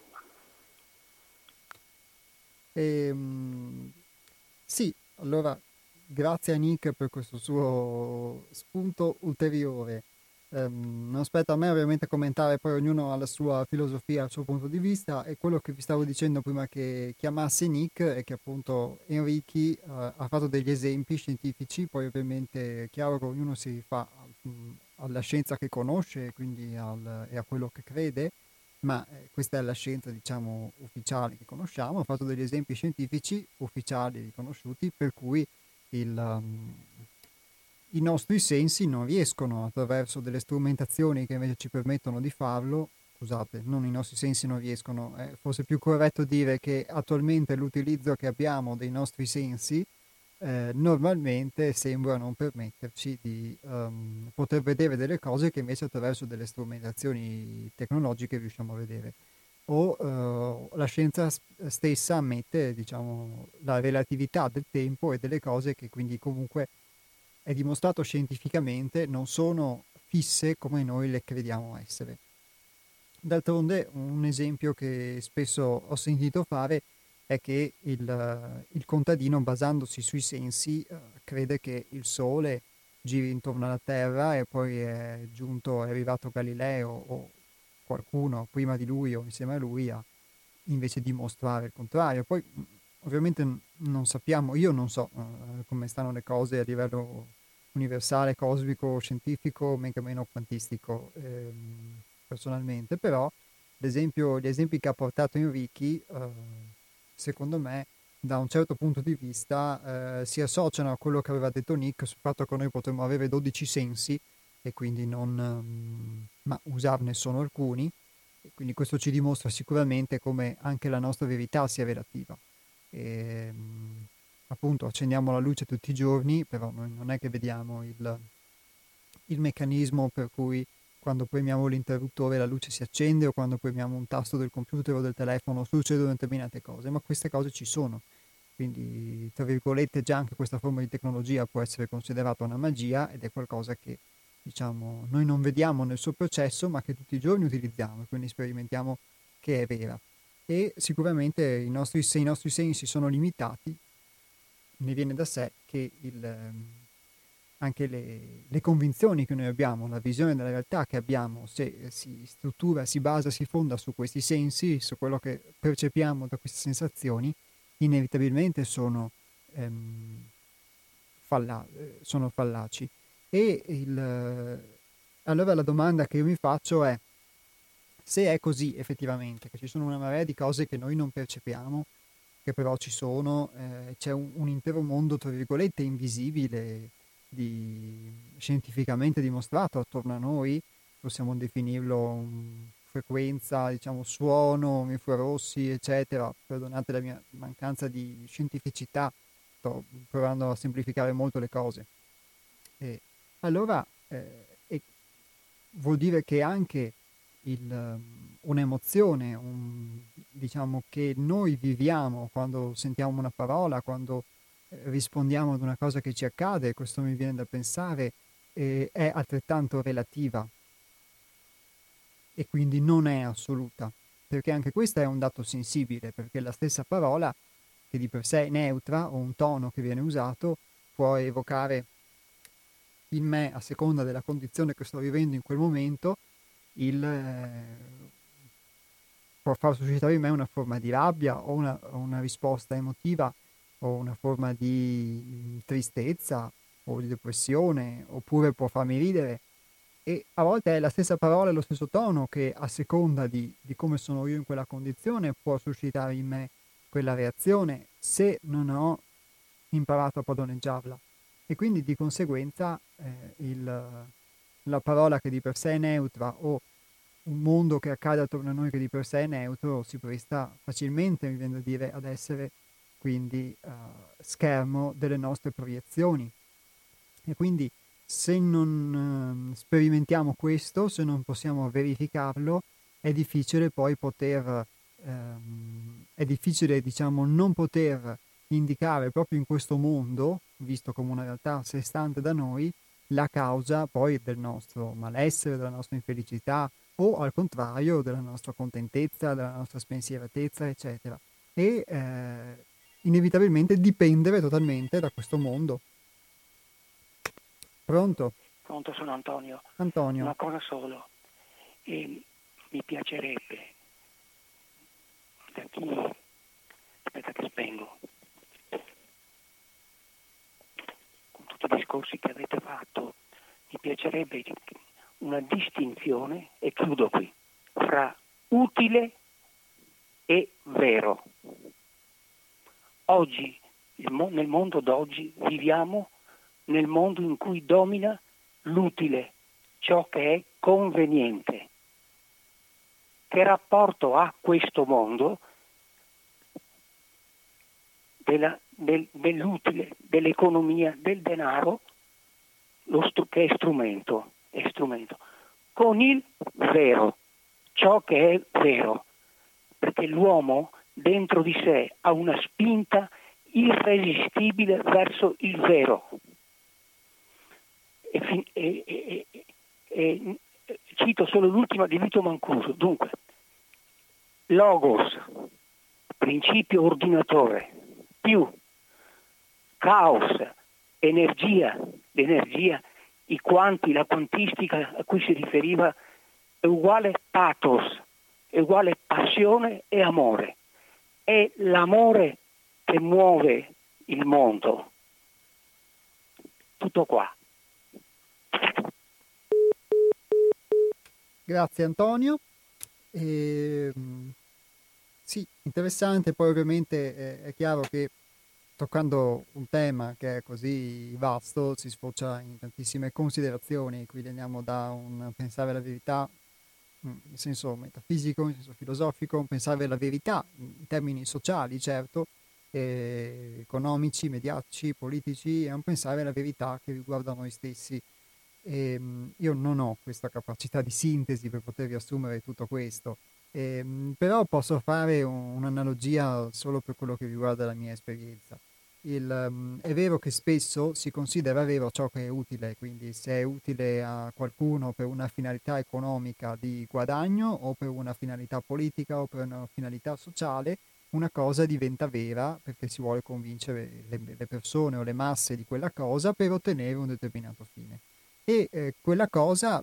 Sì, allora grazie a Nick per questo suo spunto ulteriore. Non spetta a me ovviamente commentare, poi ognuno ha la sua filosofia, il suo punto di vista, e quello che vi stavo dicendo prima che chiamasse Nick è che appunto Enrichi ha fatto degli esempi scientifici, poi ovviamente è chiaro che ognuno si rifà alla scienza che conosce, quindi e a quello che crede, ma questa è la scienza diciamo ufficiale che conosciamo. Ha fatto degli esempi scientifici ufficiali riconosciuti per cui i nostri sensi non riescono attraverso delle strumentazioni che invece ci permettono di farlo. Scusate, non i nostri sensi non riescono, è forse più corretto dire che attualmente l'utilizzo che abbiamo dei nostri sensi normalmente sembra non permetterci di poter vedere delle cose che invece attraverso delle strumentazioni tecnologiche riusciamo a vedere. O la scienza stessa ammette, diciamo, la relatività del tempo e delle cose che quindi comunque è dimostrato scientificamente non sono fisse come noi le crediamo essere. D'altronde un esempio che spesso ho sentito fare è che il contadino, basandosi sui sensi, crede che il Sole giri intorno alla Terra, e poi è arrivato Galileo o qualcuno prima di lui o insieme a lui a invece dimostrare il contrario. Poi ovviamente non sappiamo, io non so come stanno le cose a livello universale, cosmico, scientifico, men che meno quantistico personalmente, però gli esempi che ha portato Enrichi secondo me da un certo punto di vista si associano a quello che aveva detto Nick sul fatto che noi potremmo avere 12 sensi e quindi ma usarne solo alcuni, e quindi questo ci dimostra sicuramente come anche la nostra verità sia relativa. Appunto accendiamo la luce tutti i giorni, però noi non è che vediamo il meccanismo per cui quando premiamo l'interruttore la luce si accende, o quando premiamo un tasto del computer o del telefono succedono determinate cose, ma queste cose ci sono. Quindi, tra virgolette, già anche questa forma di tecnologia può essere considerata una magia ed è qualcosa che, diciamo, noi non vediamo nel suo processo, ma che tutti i giorni utilizziamo, quindi sperimentiamo che è vera. E sicuramente se i nostri sensi sono limitati, ne viene da sé che anche le convinzioni che noi abbiamo, la visione della realtà che abbiamo, se si struttura, si basa, si fonda su questi sensi, su quello che percepiamo da queste sensazioni, inevitabilmente sono fallaci. Allora la domanda che io mi faccio è: se è così effettivamente, che ci sono una marea di cose che noi non percepiamo, che però ci sono, c'è un intero mondo, tra virgolette, invisibile, scientificamente dimostrato attorno a noi, possiamo definirlo frequenza, diciamo suono, infrarossi, eccetera. Perdonate la mia mancanza di scientificità, sto provando a semplificare molto le cose. Allora vuol dire che anche un'emozione, diciamo, che noi viviamo quando sentiamo una parola, quando rispondiamo ad una cosa che ci accade, questo mi viene da pensare, è altrettanto relativa e quindi non è assoluta, perché anche questo è un dato sensibile, perché la stessa parola, che di per sé è neutra, o un tono che viene usato, può evocare in me, a seconda della condizione che sto vivendo in quel momento, può far suscitare in me una forma di rabbia o una risposta emotiva o una forma di tristezza o di depressione, oppure può farmi ridere. E a volte è la stessa parola e lo stesso tono che, a seconda di come sono io in quella condizione, può suscitare in me quella reazione, se non ho imparato a padroneggiarla. E quindi di conseguenza la parola che di per sé è neutra o un mondo che accade attorno a noi che di per sé è neutro si presta facilmente, mi viene da dire, ad essere quindi schermo delle nostre proiezioni. E quindi se non sperimentiamo questo, se non possiamo verificarlo, è difficile poi è difficile, diciamo, non poter indicare proprio in questo mondo, visto come una realtà a sé stante da noi, la causa poi del nostro malessere, della nostra infelicità o al contrario della nostra contentezza, della nostra spensieratezza, eccetera. E inevitabilmente dipendere totalmente da questo mondo. Pronto? Pronto, sono Antonio. Antonio. Una cosa solo. Mi piacerebbe da chi... Aspetta che spengo. Con tutti i discorsi che avete fatto, mi piacerebbe una distinzione, e chiudo qui, fra utile e vero. Oggi, nel mondo d'oggi, viviamo nel mondo in cui domina l'utile, ciò che è conveniente. Che rapporto ha questo mondo dell'utile, dell'economia, del denaro, che è strumento, con il vero, ciò che è vero, perché l'uomo dentro di sé ha una spinta irresistibile verso il vero. Cito solo l'ultima di Vito Mancuso. Dunque, logos, principio ordinatore, più caos, l'energia, i quanti, la quantistica a cui si riferiva, è uguale pathos, è uguale passione e amore. È l'amore che muove il mondo. Tutto qua. Grazie Antonio. Sì, interessante. Poi ovviamente è chiaro che toccando un tema che è così vasto si sfocia in tantissime considerazioni, quindi andiamo da un pensare alla verità in senso metafisico, in senso filosofico, un pensare alla verità in termini sociali, certo, economici, mediatici, politici, e un pensare alla verità che riguarda noi stessi. Io non ho questa capacità di sintesi per poter riassumere tutto questo, Però posso fare un'analogia solo per quello che riguarda la mia esperienza. È vero che spesso si considera vero ciò che è utile, quindi se è utile a qualcuno per una finalità economica di guadagno o per una finalità politica o per una finalità sociale, una cosa diventa vera perché si vuole convincere le persone o le masse di quella cosa per ottenere un determinato fine. E quella cosa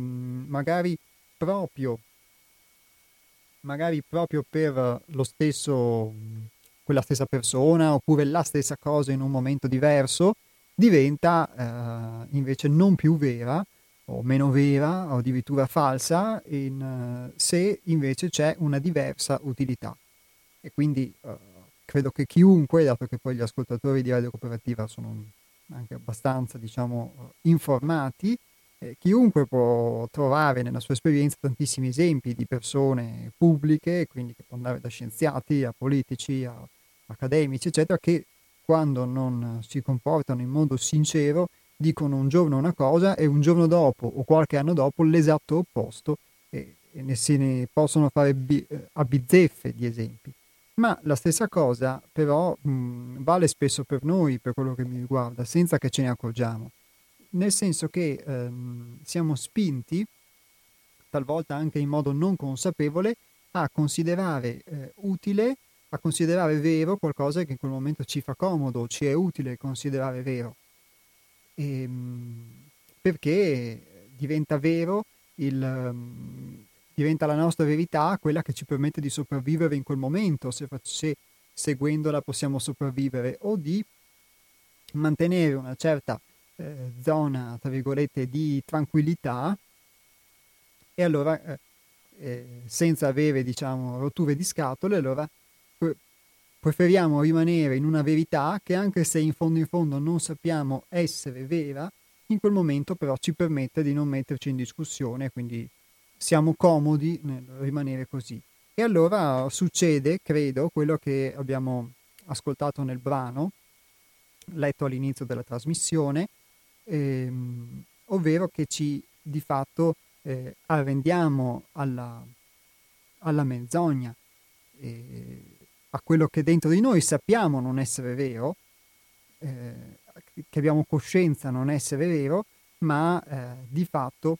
proprio magari proprio per lo stesso, quella stessa persona oppure la stessa cosa in un momento diverso, diventa invece non più vera o meno vera o addirittura falsa se invece c'è una diversa utilità. E quindi credo che chiunque, dato che poi gli ascoltatori di Radio Cooperativa sono anche abbastanza, diciamo, informati, chiunque può trovare nella sua esperienza tantissimi esempi di persone pubbliche, quindi che può andare da scienziati a politici, a accademici, eccetera, che quando non si comportano in modo sincero dicono un giorno una cosa e un giorno dopo o qualche anno dopo l'esatto opposto e se ne possono fare a bizzeffe di esempi. Ma la stessa cosa però vale spesso per noi, per quello che mi riguarda, senza che ce ne accorgiamo. Nel senso che siamo spinti, talvolta anche in modo non consapevole, a considerare utile, a considerare vero qualcosa che in quel momento ci fa comodo, ci è utile considerare vero. Perché diventa vero, diventa la nostra verità quella che ci permette di sopravvivere in quel momento, se seguendola possiamo sopravvivere, o di mantenere una certa zona, tra virgolette, di tranquillità, e allora senza avere, diciamo, rotture di scatole, allora preferiamo rimanere in una verità che, anche se in fondo non sappiamo essere vera, in quel momento però ci permette di non metterci in discussione, quindi siamo comodi nel rimanere così. E allora succede, credo, quello che abbiamo ascoltato nel brano letto all'inizio della trasmissione, ovvero che di fatto arrendiamo alla menzogna, a quello che dentro di noi sappiamo non essere vero, che abbiamo coscienza non essere vero, ma di fatto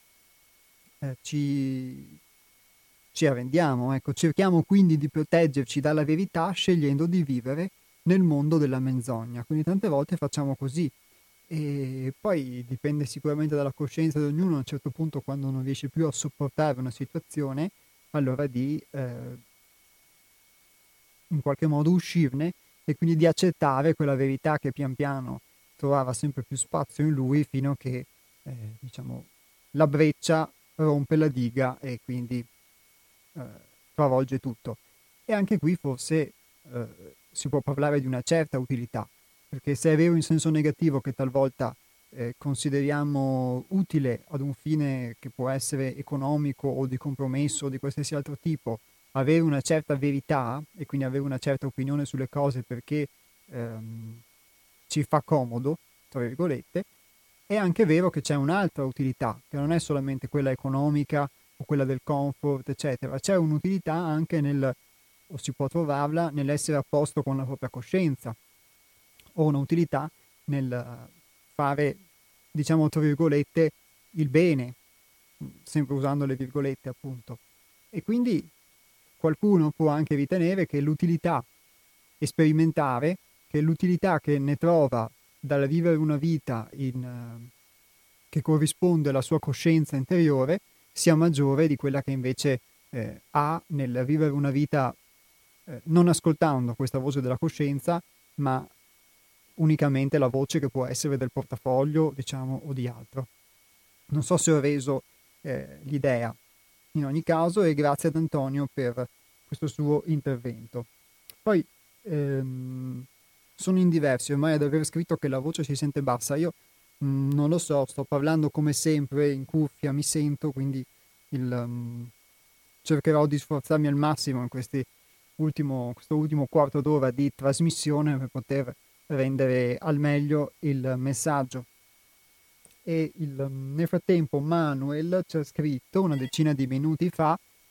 ci arrendiamo. Ecco, cerchiamo quindi di proteggerci dalla verità scegliendo di vivere nel mondo della menzogna. Quindi tante volte facciamo così, e poi dipende sicuramente dalla coscienza di ognuno. A un certo punto, quando non riesce più a sopportare una situazione, allora di in qualche modo uscirne e quindi di accettare quella verità che pian piano trovava sempre più spazio in lui, fino a che diciamo la breccia rompe la diga e quindi travolge tutto. E anche qui forse si può parlare di una certa utilità, perché se è vero in senso negativo che talvolta consideriamo utile ad un fine che può essere economico o di compromesso o di qualsiasi altro tipo avere una certa verità e quindi avere una certa opinione sulle cose perché ci fa comodo, tra virgolette, è anche vero che c'è un'altra utilità, che non è solamente quella economica o quella del comfort, eccetera. C'è un'utilità anche o si può trovarla nell'essere a posto con la propria coscienza, o un'utilità nel fare, diciamo, tra virgolette, il bene, sempre usando le virgolette appunto. E quindi qualcuno può anche ritenere che l'utilità sperimentare, che l'utilità che ne trova dal vivere una vita che corrisponde alla sua coscienza interiore, sia maggiore di quella che invece ha nel vivere una vita non ascoltando questa voce della coscienza, ma unicamente la voce che può essere del portafoglio, diciamo, o di altro. Non so se ho reso l'idea. In ogni caso, e grazie ad Antonio per questo suo intervento. Poi sono in diversi, ormai ad aver scritto che la voce si sente bassa. Io non lo so, sto parlando come sempre in cuffia, mi sento, quindi cercherò di sforzarmi al massimo in questo ultimo quarto d'ora di trasmissione per poter rendere al meglio il messaggio. E nel frattempo Manuel ci ha scritto una decina di minuti fa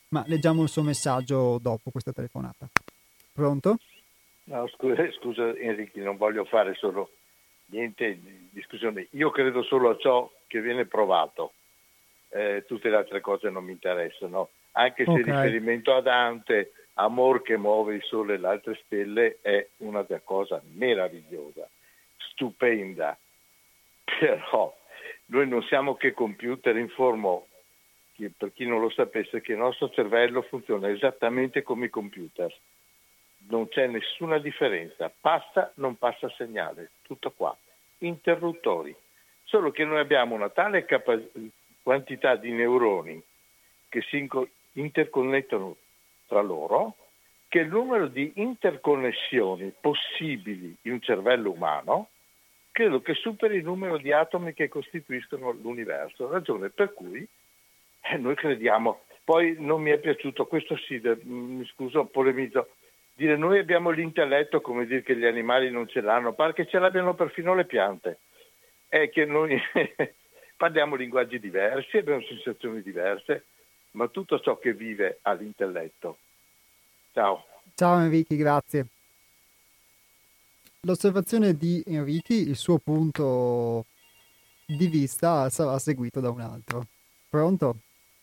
Ma leggiamo il suo messaggio dopo questa telefonata. Pronto? No, scusa Enrico, non voglio fare solo niente di discussione. Io credo solo a ciò che viene provato. Tutte le altre cose non mi interessano. Anche se il riferimento a Dante, amor che muove il sole e le altre stelle, è una cosa meravigliosa, stupenda. Però noi non siamo che computer. Informo, per chi non lo sapesse, che il nostro cervello funziona esattamente come i computer. Non c'è nessuna differenza, passa, non passa segnale, tutto qua. Interruttori. Solo che noi abbiamo una tale quantità di neuroni che si interconnettono tra loro, che il numero di interconnessioni possibili in un cervello umano credo che superi il numero di atomi che costituiscono l'universo, ragione per cui noi crediamo. Poi non mi è piaciuto, questo sì, mi scuso, polemizzo, dire noi abbiamo l'intelletto, come dire che gli animali non ce l'hanno, pare che ce l'abbiano perfino le piante. È che noi parliamo linguaggi diversi, abbiamo sensazioni diverse, ma tutto ciò che vive ha l'intelletto. Ciao. Ciao Enrico, grazie. L'osservazione di Enrico, il suo punto di vista sarà seguito da un altro. Pronto?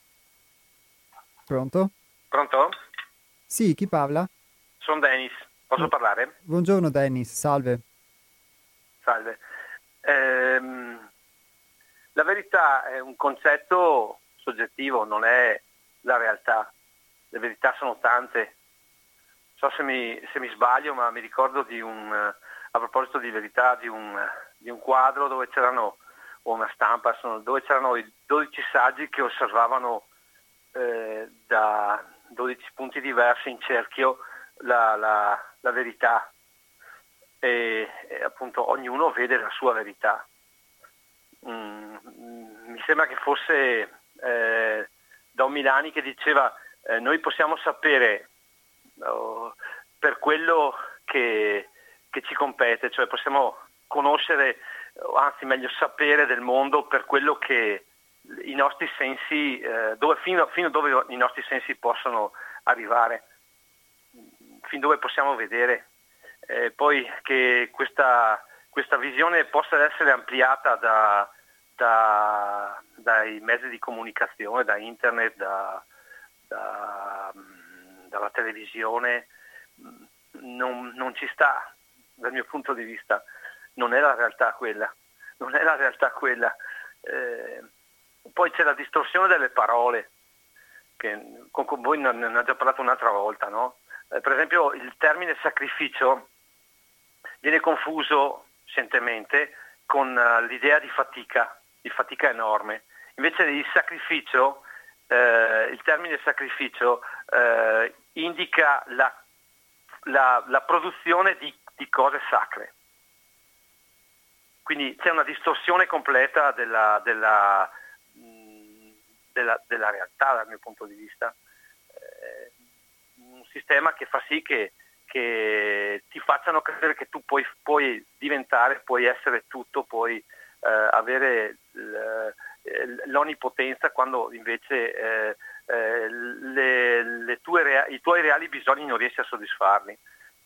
Pronto? Pronto? Sì, chi parla? Sono Dennis, posso parlare? Buongiorno Dennis, salve. Salve. La verità è un concetto soggettivo, non è la realtà. Le verità sono tante. Non so se mi sbaglio, ma mi ricordo a proposito di verità, di un quadro dove c'erano, o una stampa, dove c'erano i 12 saggi che osservavano da 12 punti diversi in cerchio la verità e appunto ognuno vede la sua verità. Mi sembra che fosse Don Milani che diceva noi possiamo sapere per quello che ci compete, cioè possiamo conoscere, anzi meglio sapere del mondo per quello che i nostri sensi, fino dove i nostri sensi possono arrivare, fin dove possiamo vedere. Poi che questa visione possa essere ampliata dai mezzi di comunicazione, da internet, dalla televisione, non ci sta, dal mio punto di vista. Non è la realtà quella. Poi c'è la distorsione delle parole, che con voi ne ho già parlato un'altra volta, no? Per esempio il termine sacrificio viene confuso scientemente con l'idea di fatica enorme. Invece il sacrificio, il termine sacrificio indica la produzione di cose sacre. Quindi c'è una distorsione completa della realtà dal mio punto di vista. Un sistema che fa sì che ti facciano credere che tu puoi diventare, puoi essere tutto, puoi avere l'onnipotenza, quando invece i tuoi reali bisogni non riesci a soddisfarli.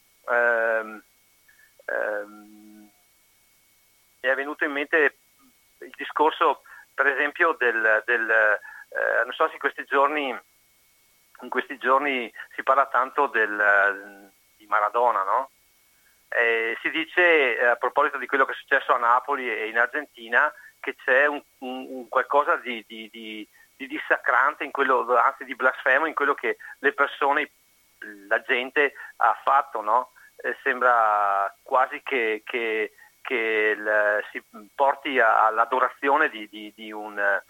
Mi è venuto in mente il discorso, per esempio, non so se in questi giorni si parla tanto di Maradona, no? Si dice, a proposito di quello che è successo a Napoli e in Argentina, che c'è un qualcosa di dissacrante, in quello, anzi di blasfemo, in quello che le persone, la gente ha fatto, no? Sembra quasi che si porti all'adorazione di una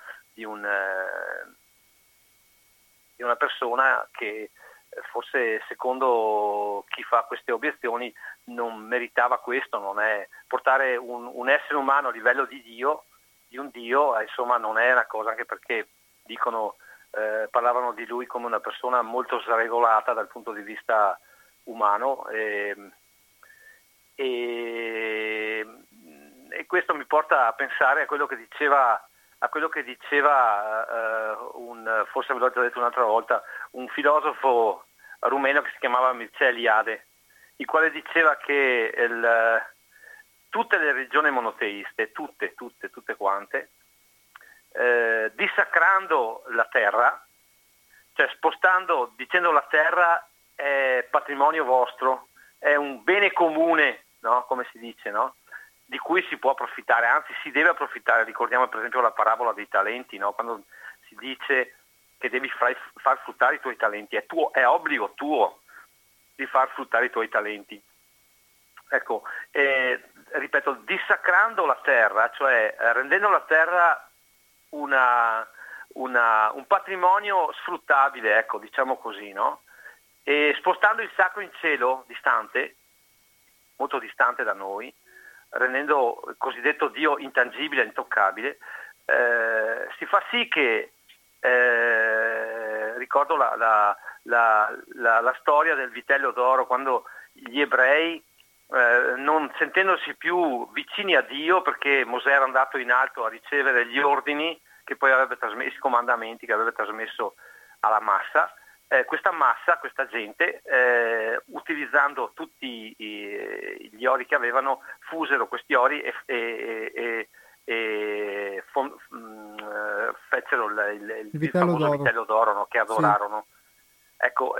persona che forse, secondo chi fa queste obiezioni, non meritava questo. Non è portare un essere umano a livello di Dio, di un Dio, insomma, non è una cosa, anche perché parlavano di lui come una persona molto sregolata dal punto di vista umano, e questo mi porta a pensare a quello che diceva a quello che diceva forse ve l'ho già detto un'altra volta, un filosofo rumeno che si chiamava Mircea Eliade, il quale diceva che tutte le religioni monoteiste, tutte quante, dissacrando la terra, cioè dicendo la terra è patrimonio vostro, è un bene comune, no? Come si dice, no? Di cui si può approfittare, anzi si deve approfittare. Ricordiamo per esempio la parabola dei talenti, no? Quando si dice che devi far fruttare i tuoi talenti, è obbligo tuo di far fruttare i tuoi talenti. Ecco, ripeto, dissacrando la terra, cioè rendendo la terra un patrimonio sfruttabile, ecco, diciamo così, no? E spostando il sacro in cielo, distante, molto distante da noi, rendendo il cosiddetto Dio intangibile, intoccabile, si fa sì che, ricordo la storia del vitello d'oro, quando gli ebrei, non sentendosi più vicini a Dio, perché Mosè era andato in alto a ricevere gli ordini che poi avrebbe trasmesso, i comandamenti che avrebbe trasmesso alla massa, questa gente, utilizzando tutti gli ori che avevano, fusero questi ori e fecero il famoso vitello d'oro, no, che adorarono. Sì. Ecco,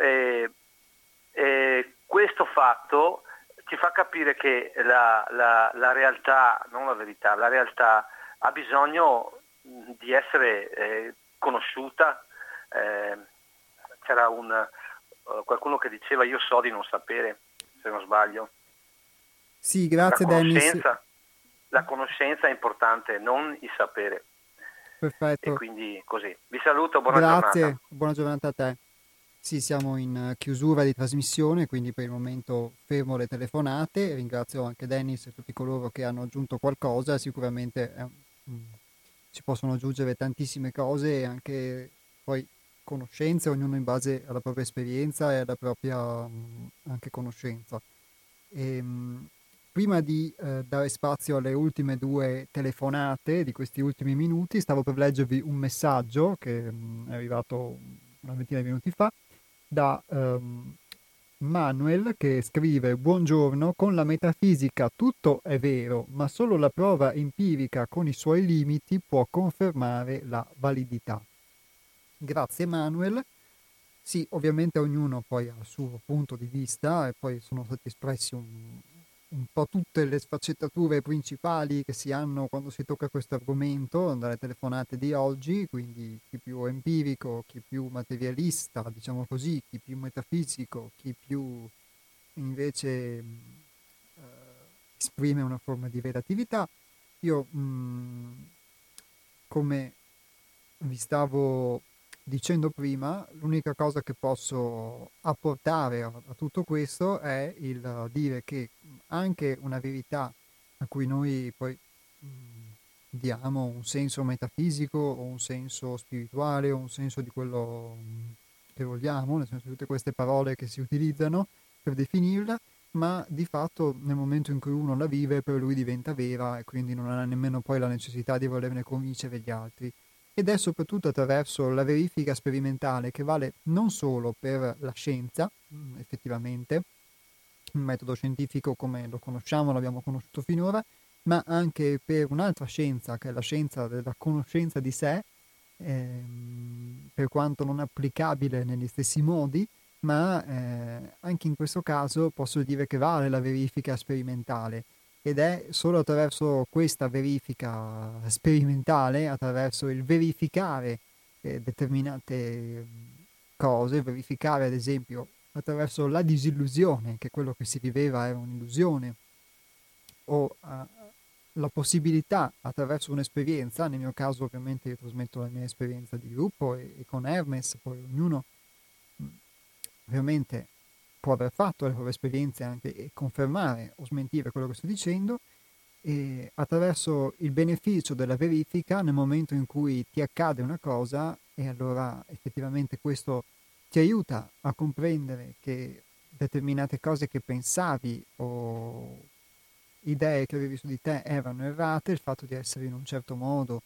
questo fatto ci fa capire che la realtà, non la verità, la realtà ha bisogno di essere conosciuta. C'era qualcuno che diceva io so di non sapere, se non sbaglio. Sì, grazie Dennis. La conoscenza è importante, non il sapere. Perfetto. E quindi così. Vi saluto, buona giornata. Grazie, buona giornata a te. Sì, siamo in chiusura di trasmissione, quindi per il momento fermo le telefonate. Ringrazio anche Dennis e tutti coloro che hanno aggiunto qualcosa. Sicuramente si possono aggiungere tantissime cose e anche poi conoscenze, ognuno in base alla propria esperienza e alla propria anche conoscenza. Prima di dare spazio alle ultime 2 telefonate di questi ultimi minuti, stavo per leggervi un messaggio che è arrivato una ventina di minuti fa da Manuel, che scrive: buongiorno, con la metafisica tutto è vero, ma solo la prova empirica con i suoi limiti può confermare la validità. Grazie Manuel. Sì, ovviamente ognuno poi ha il suo punto di vista e poi sono stati espressi un po' tutte le sfaccettature principali che si hanno quando si tocca questo argomento dalle telefonate di oggi, quindi chi più empirico, chi più materialista, diciamo così, chi più metafisico, chi più invece esprime una forma di relatività. Io, come vi stavo dicendo prima, l'unica cosa che posso apportare a tutto questo è il dire che anche una verità a cui noi poi diamo un senso metafisico o un senso spirituale o un senso di quello che vogliamo, nel senso di tutte queste parole che si utilizzano per definirla, ma di fatto nel momento in cui uno la vive per lui diventa vera e quindi non ha nemmeno poi la necessità di volerne convincere gli altri. Ed è soprattutto attraverso la verifica sperimentale, che vale non solo per la scienza, effettivamente, il metodo scientifico come lo conosciamo, l'abbiamo conosciuto finora, ma anche per un'altra scienza, che è la scienza della conoscenza di sé, per quanto non applicabile negli stessi modi, ma anche in questo caso posso dire che vale la verifica sperimentale. Ed è solo attraverso questa verifica sperimentale, attraverso il verificare determinate cose, verificare ad esempio attraverso la disillusione che quello che si viveva era un'illusione, o la possibilità attraverso un'esperienza, nel mio caso ovviamente io trasmetto la mia esperienza di gruppo e con Hermes, poi ognuno ovviamente può aver fatto le proprie esperienze anche e confermare o smentire quello che sto dicendo, e attraverso il beneficio della verifica nel momento in cui ti accade una cosa e allora effettivamente questo ti aiuta a comprendere che determinate cose che pensavi o idee che avevi su di te erano errate, il fatto di essere in un certo modo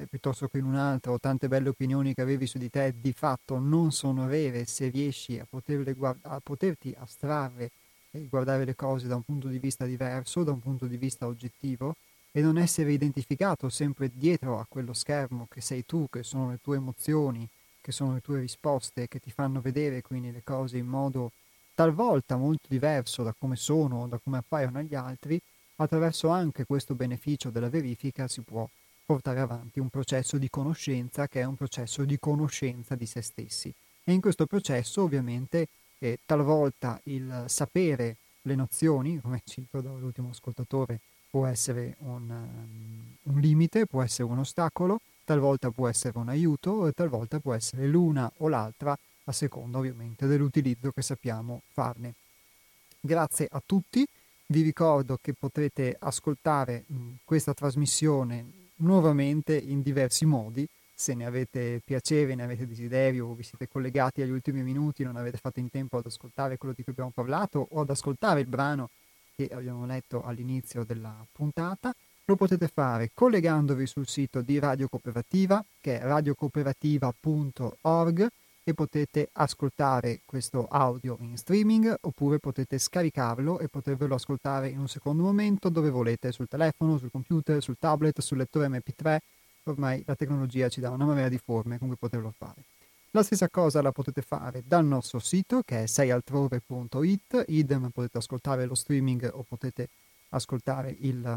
piuttosto che in un'altra, o tante belle opinioni che avevi su di te di fatto non sono vere se riesci a poterti astrarre e guardare le cose da un punto di vista diverso, da un punto di vista oggettivo, e non essere identificato sempre dietro a quello schermo che sei tu, che sono le tue emozioni, che sono le tue risposte, che ti fanno vedere quindi le cose in modo talvolta molto diverso da come sono, da come appaiono agli altri. Attraverso anche questo beneficio della verifica si può portare avanti un processo di conoscenza che è un processo di conoscenza di se stessi. E in questo processo ovviamente talvolta il sapere le nozioni, come ci ricordava l'ultimo ascoltatore, può essere un limite, può essere un ostacolo, talvolta può essere un aiuto e talvolta può essere l'una o l'altra, a seconda ovviamente dell'utilizzo che sappiamo farne. Grazie a tutti, vi ricordo che potrete ascoltare questa trasmissione nuovamente in diversi modi. Se ne avete piacere, ne avete desiderio o vi siete collegati agli ultimi minuti, non avete fatto in tempo ad ascoltare quello di cui abbiamo parlato o ad ascoltare il brano che abbiamo letto all'inizio della puntata, lo potete fare collegandovi sul sito di Radio Cooperativa, che è radiocooperativa.org, e potete ascoltare questo audio in streaming, oppure potete scaricarlo e potervelo ascoltare in un secondo momento dove volete, sul telefono, sul computer, sul tablet, sul lettore MP3. Ormai la tecnologia ci dà una marea di forme con cui poterlo fare. La stessa cosa la potete fare dal nostro sito, che è seialtrove.it, idem potete ascoltare lo streaming o potete ascoltare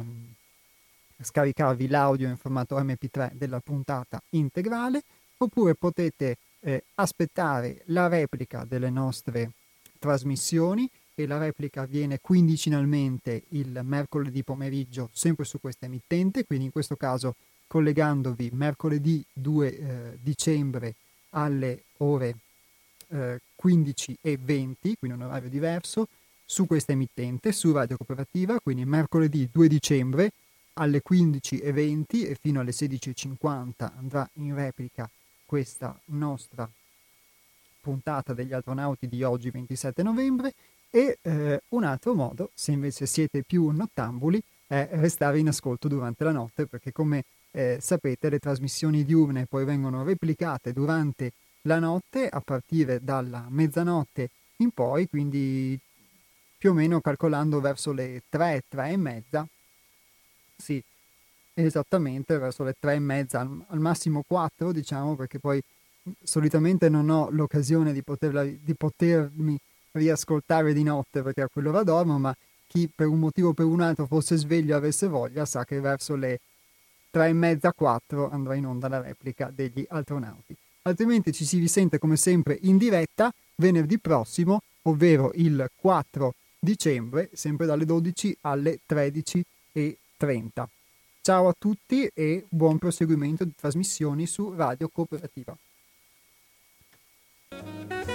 scaricarvi l'audio in formato MP3 della puntata integrale, oppure potete aspettare la replica delle nostre trasmissioni, e la replica avviene quindicinalmente il mercoledì pomeriggio sempre su questa emittente, quindi in questo caso collegandovi mercoledì 2 dicembre alle ore 15:20, quindi un orario diverso, su questa emittente, su Radio Cooperativa, quindi mercoledì 2 dicembre alle 15:20 e fino alle 16:50 andrà in replica questa nostra puntata degli astronauti di oggi 27 novembre. E un altro modo, se invece siete più nottambuli, è restare in ascolto durante la notte, perché come sapete le trasmissioni diurne poi vengono replicate durante la notte a partire dalla mezzanotte in poi, quindi più o meno calcolando verso le 3 e mezza, sì, esattamente verso le 3 e mezza, al massimo 4, diciamo, perché poi solitamente non ho l'occasione di potermi riascoltare di notte perché a quell'ora dormo, ma chi per un motivo o per un altro fosse sveglio e avesse voglia sa che verso le 3 e mezza, 4 andrà in onda la replica degli astronauti. Altrimenti ci si risente come sempre in diretta venerdì prossimo, ovvero il 4 dicembre, sempre dalle 12 alle 13:30. Ciao a tutti e buon proseguimento di trasmissioni su Radio Cooperativa.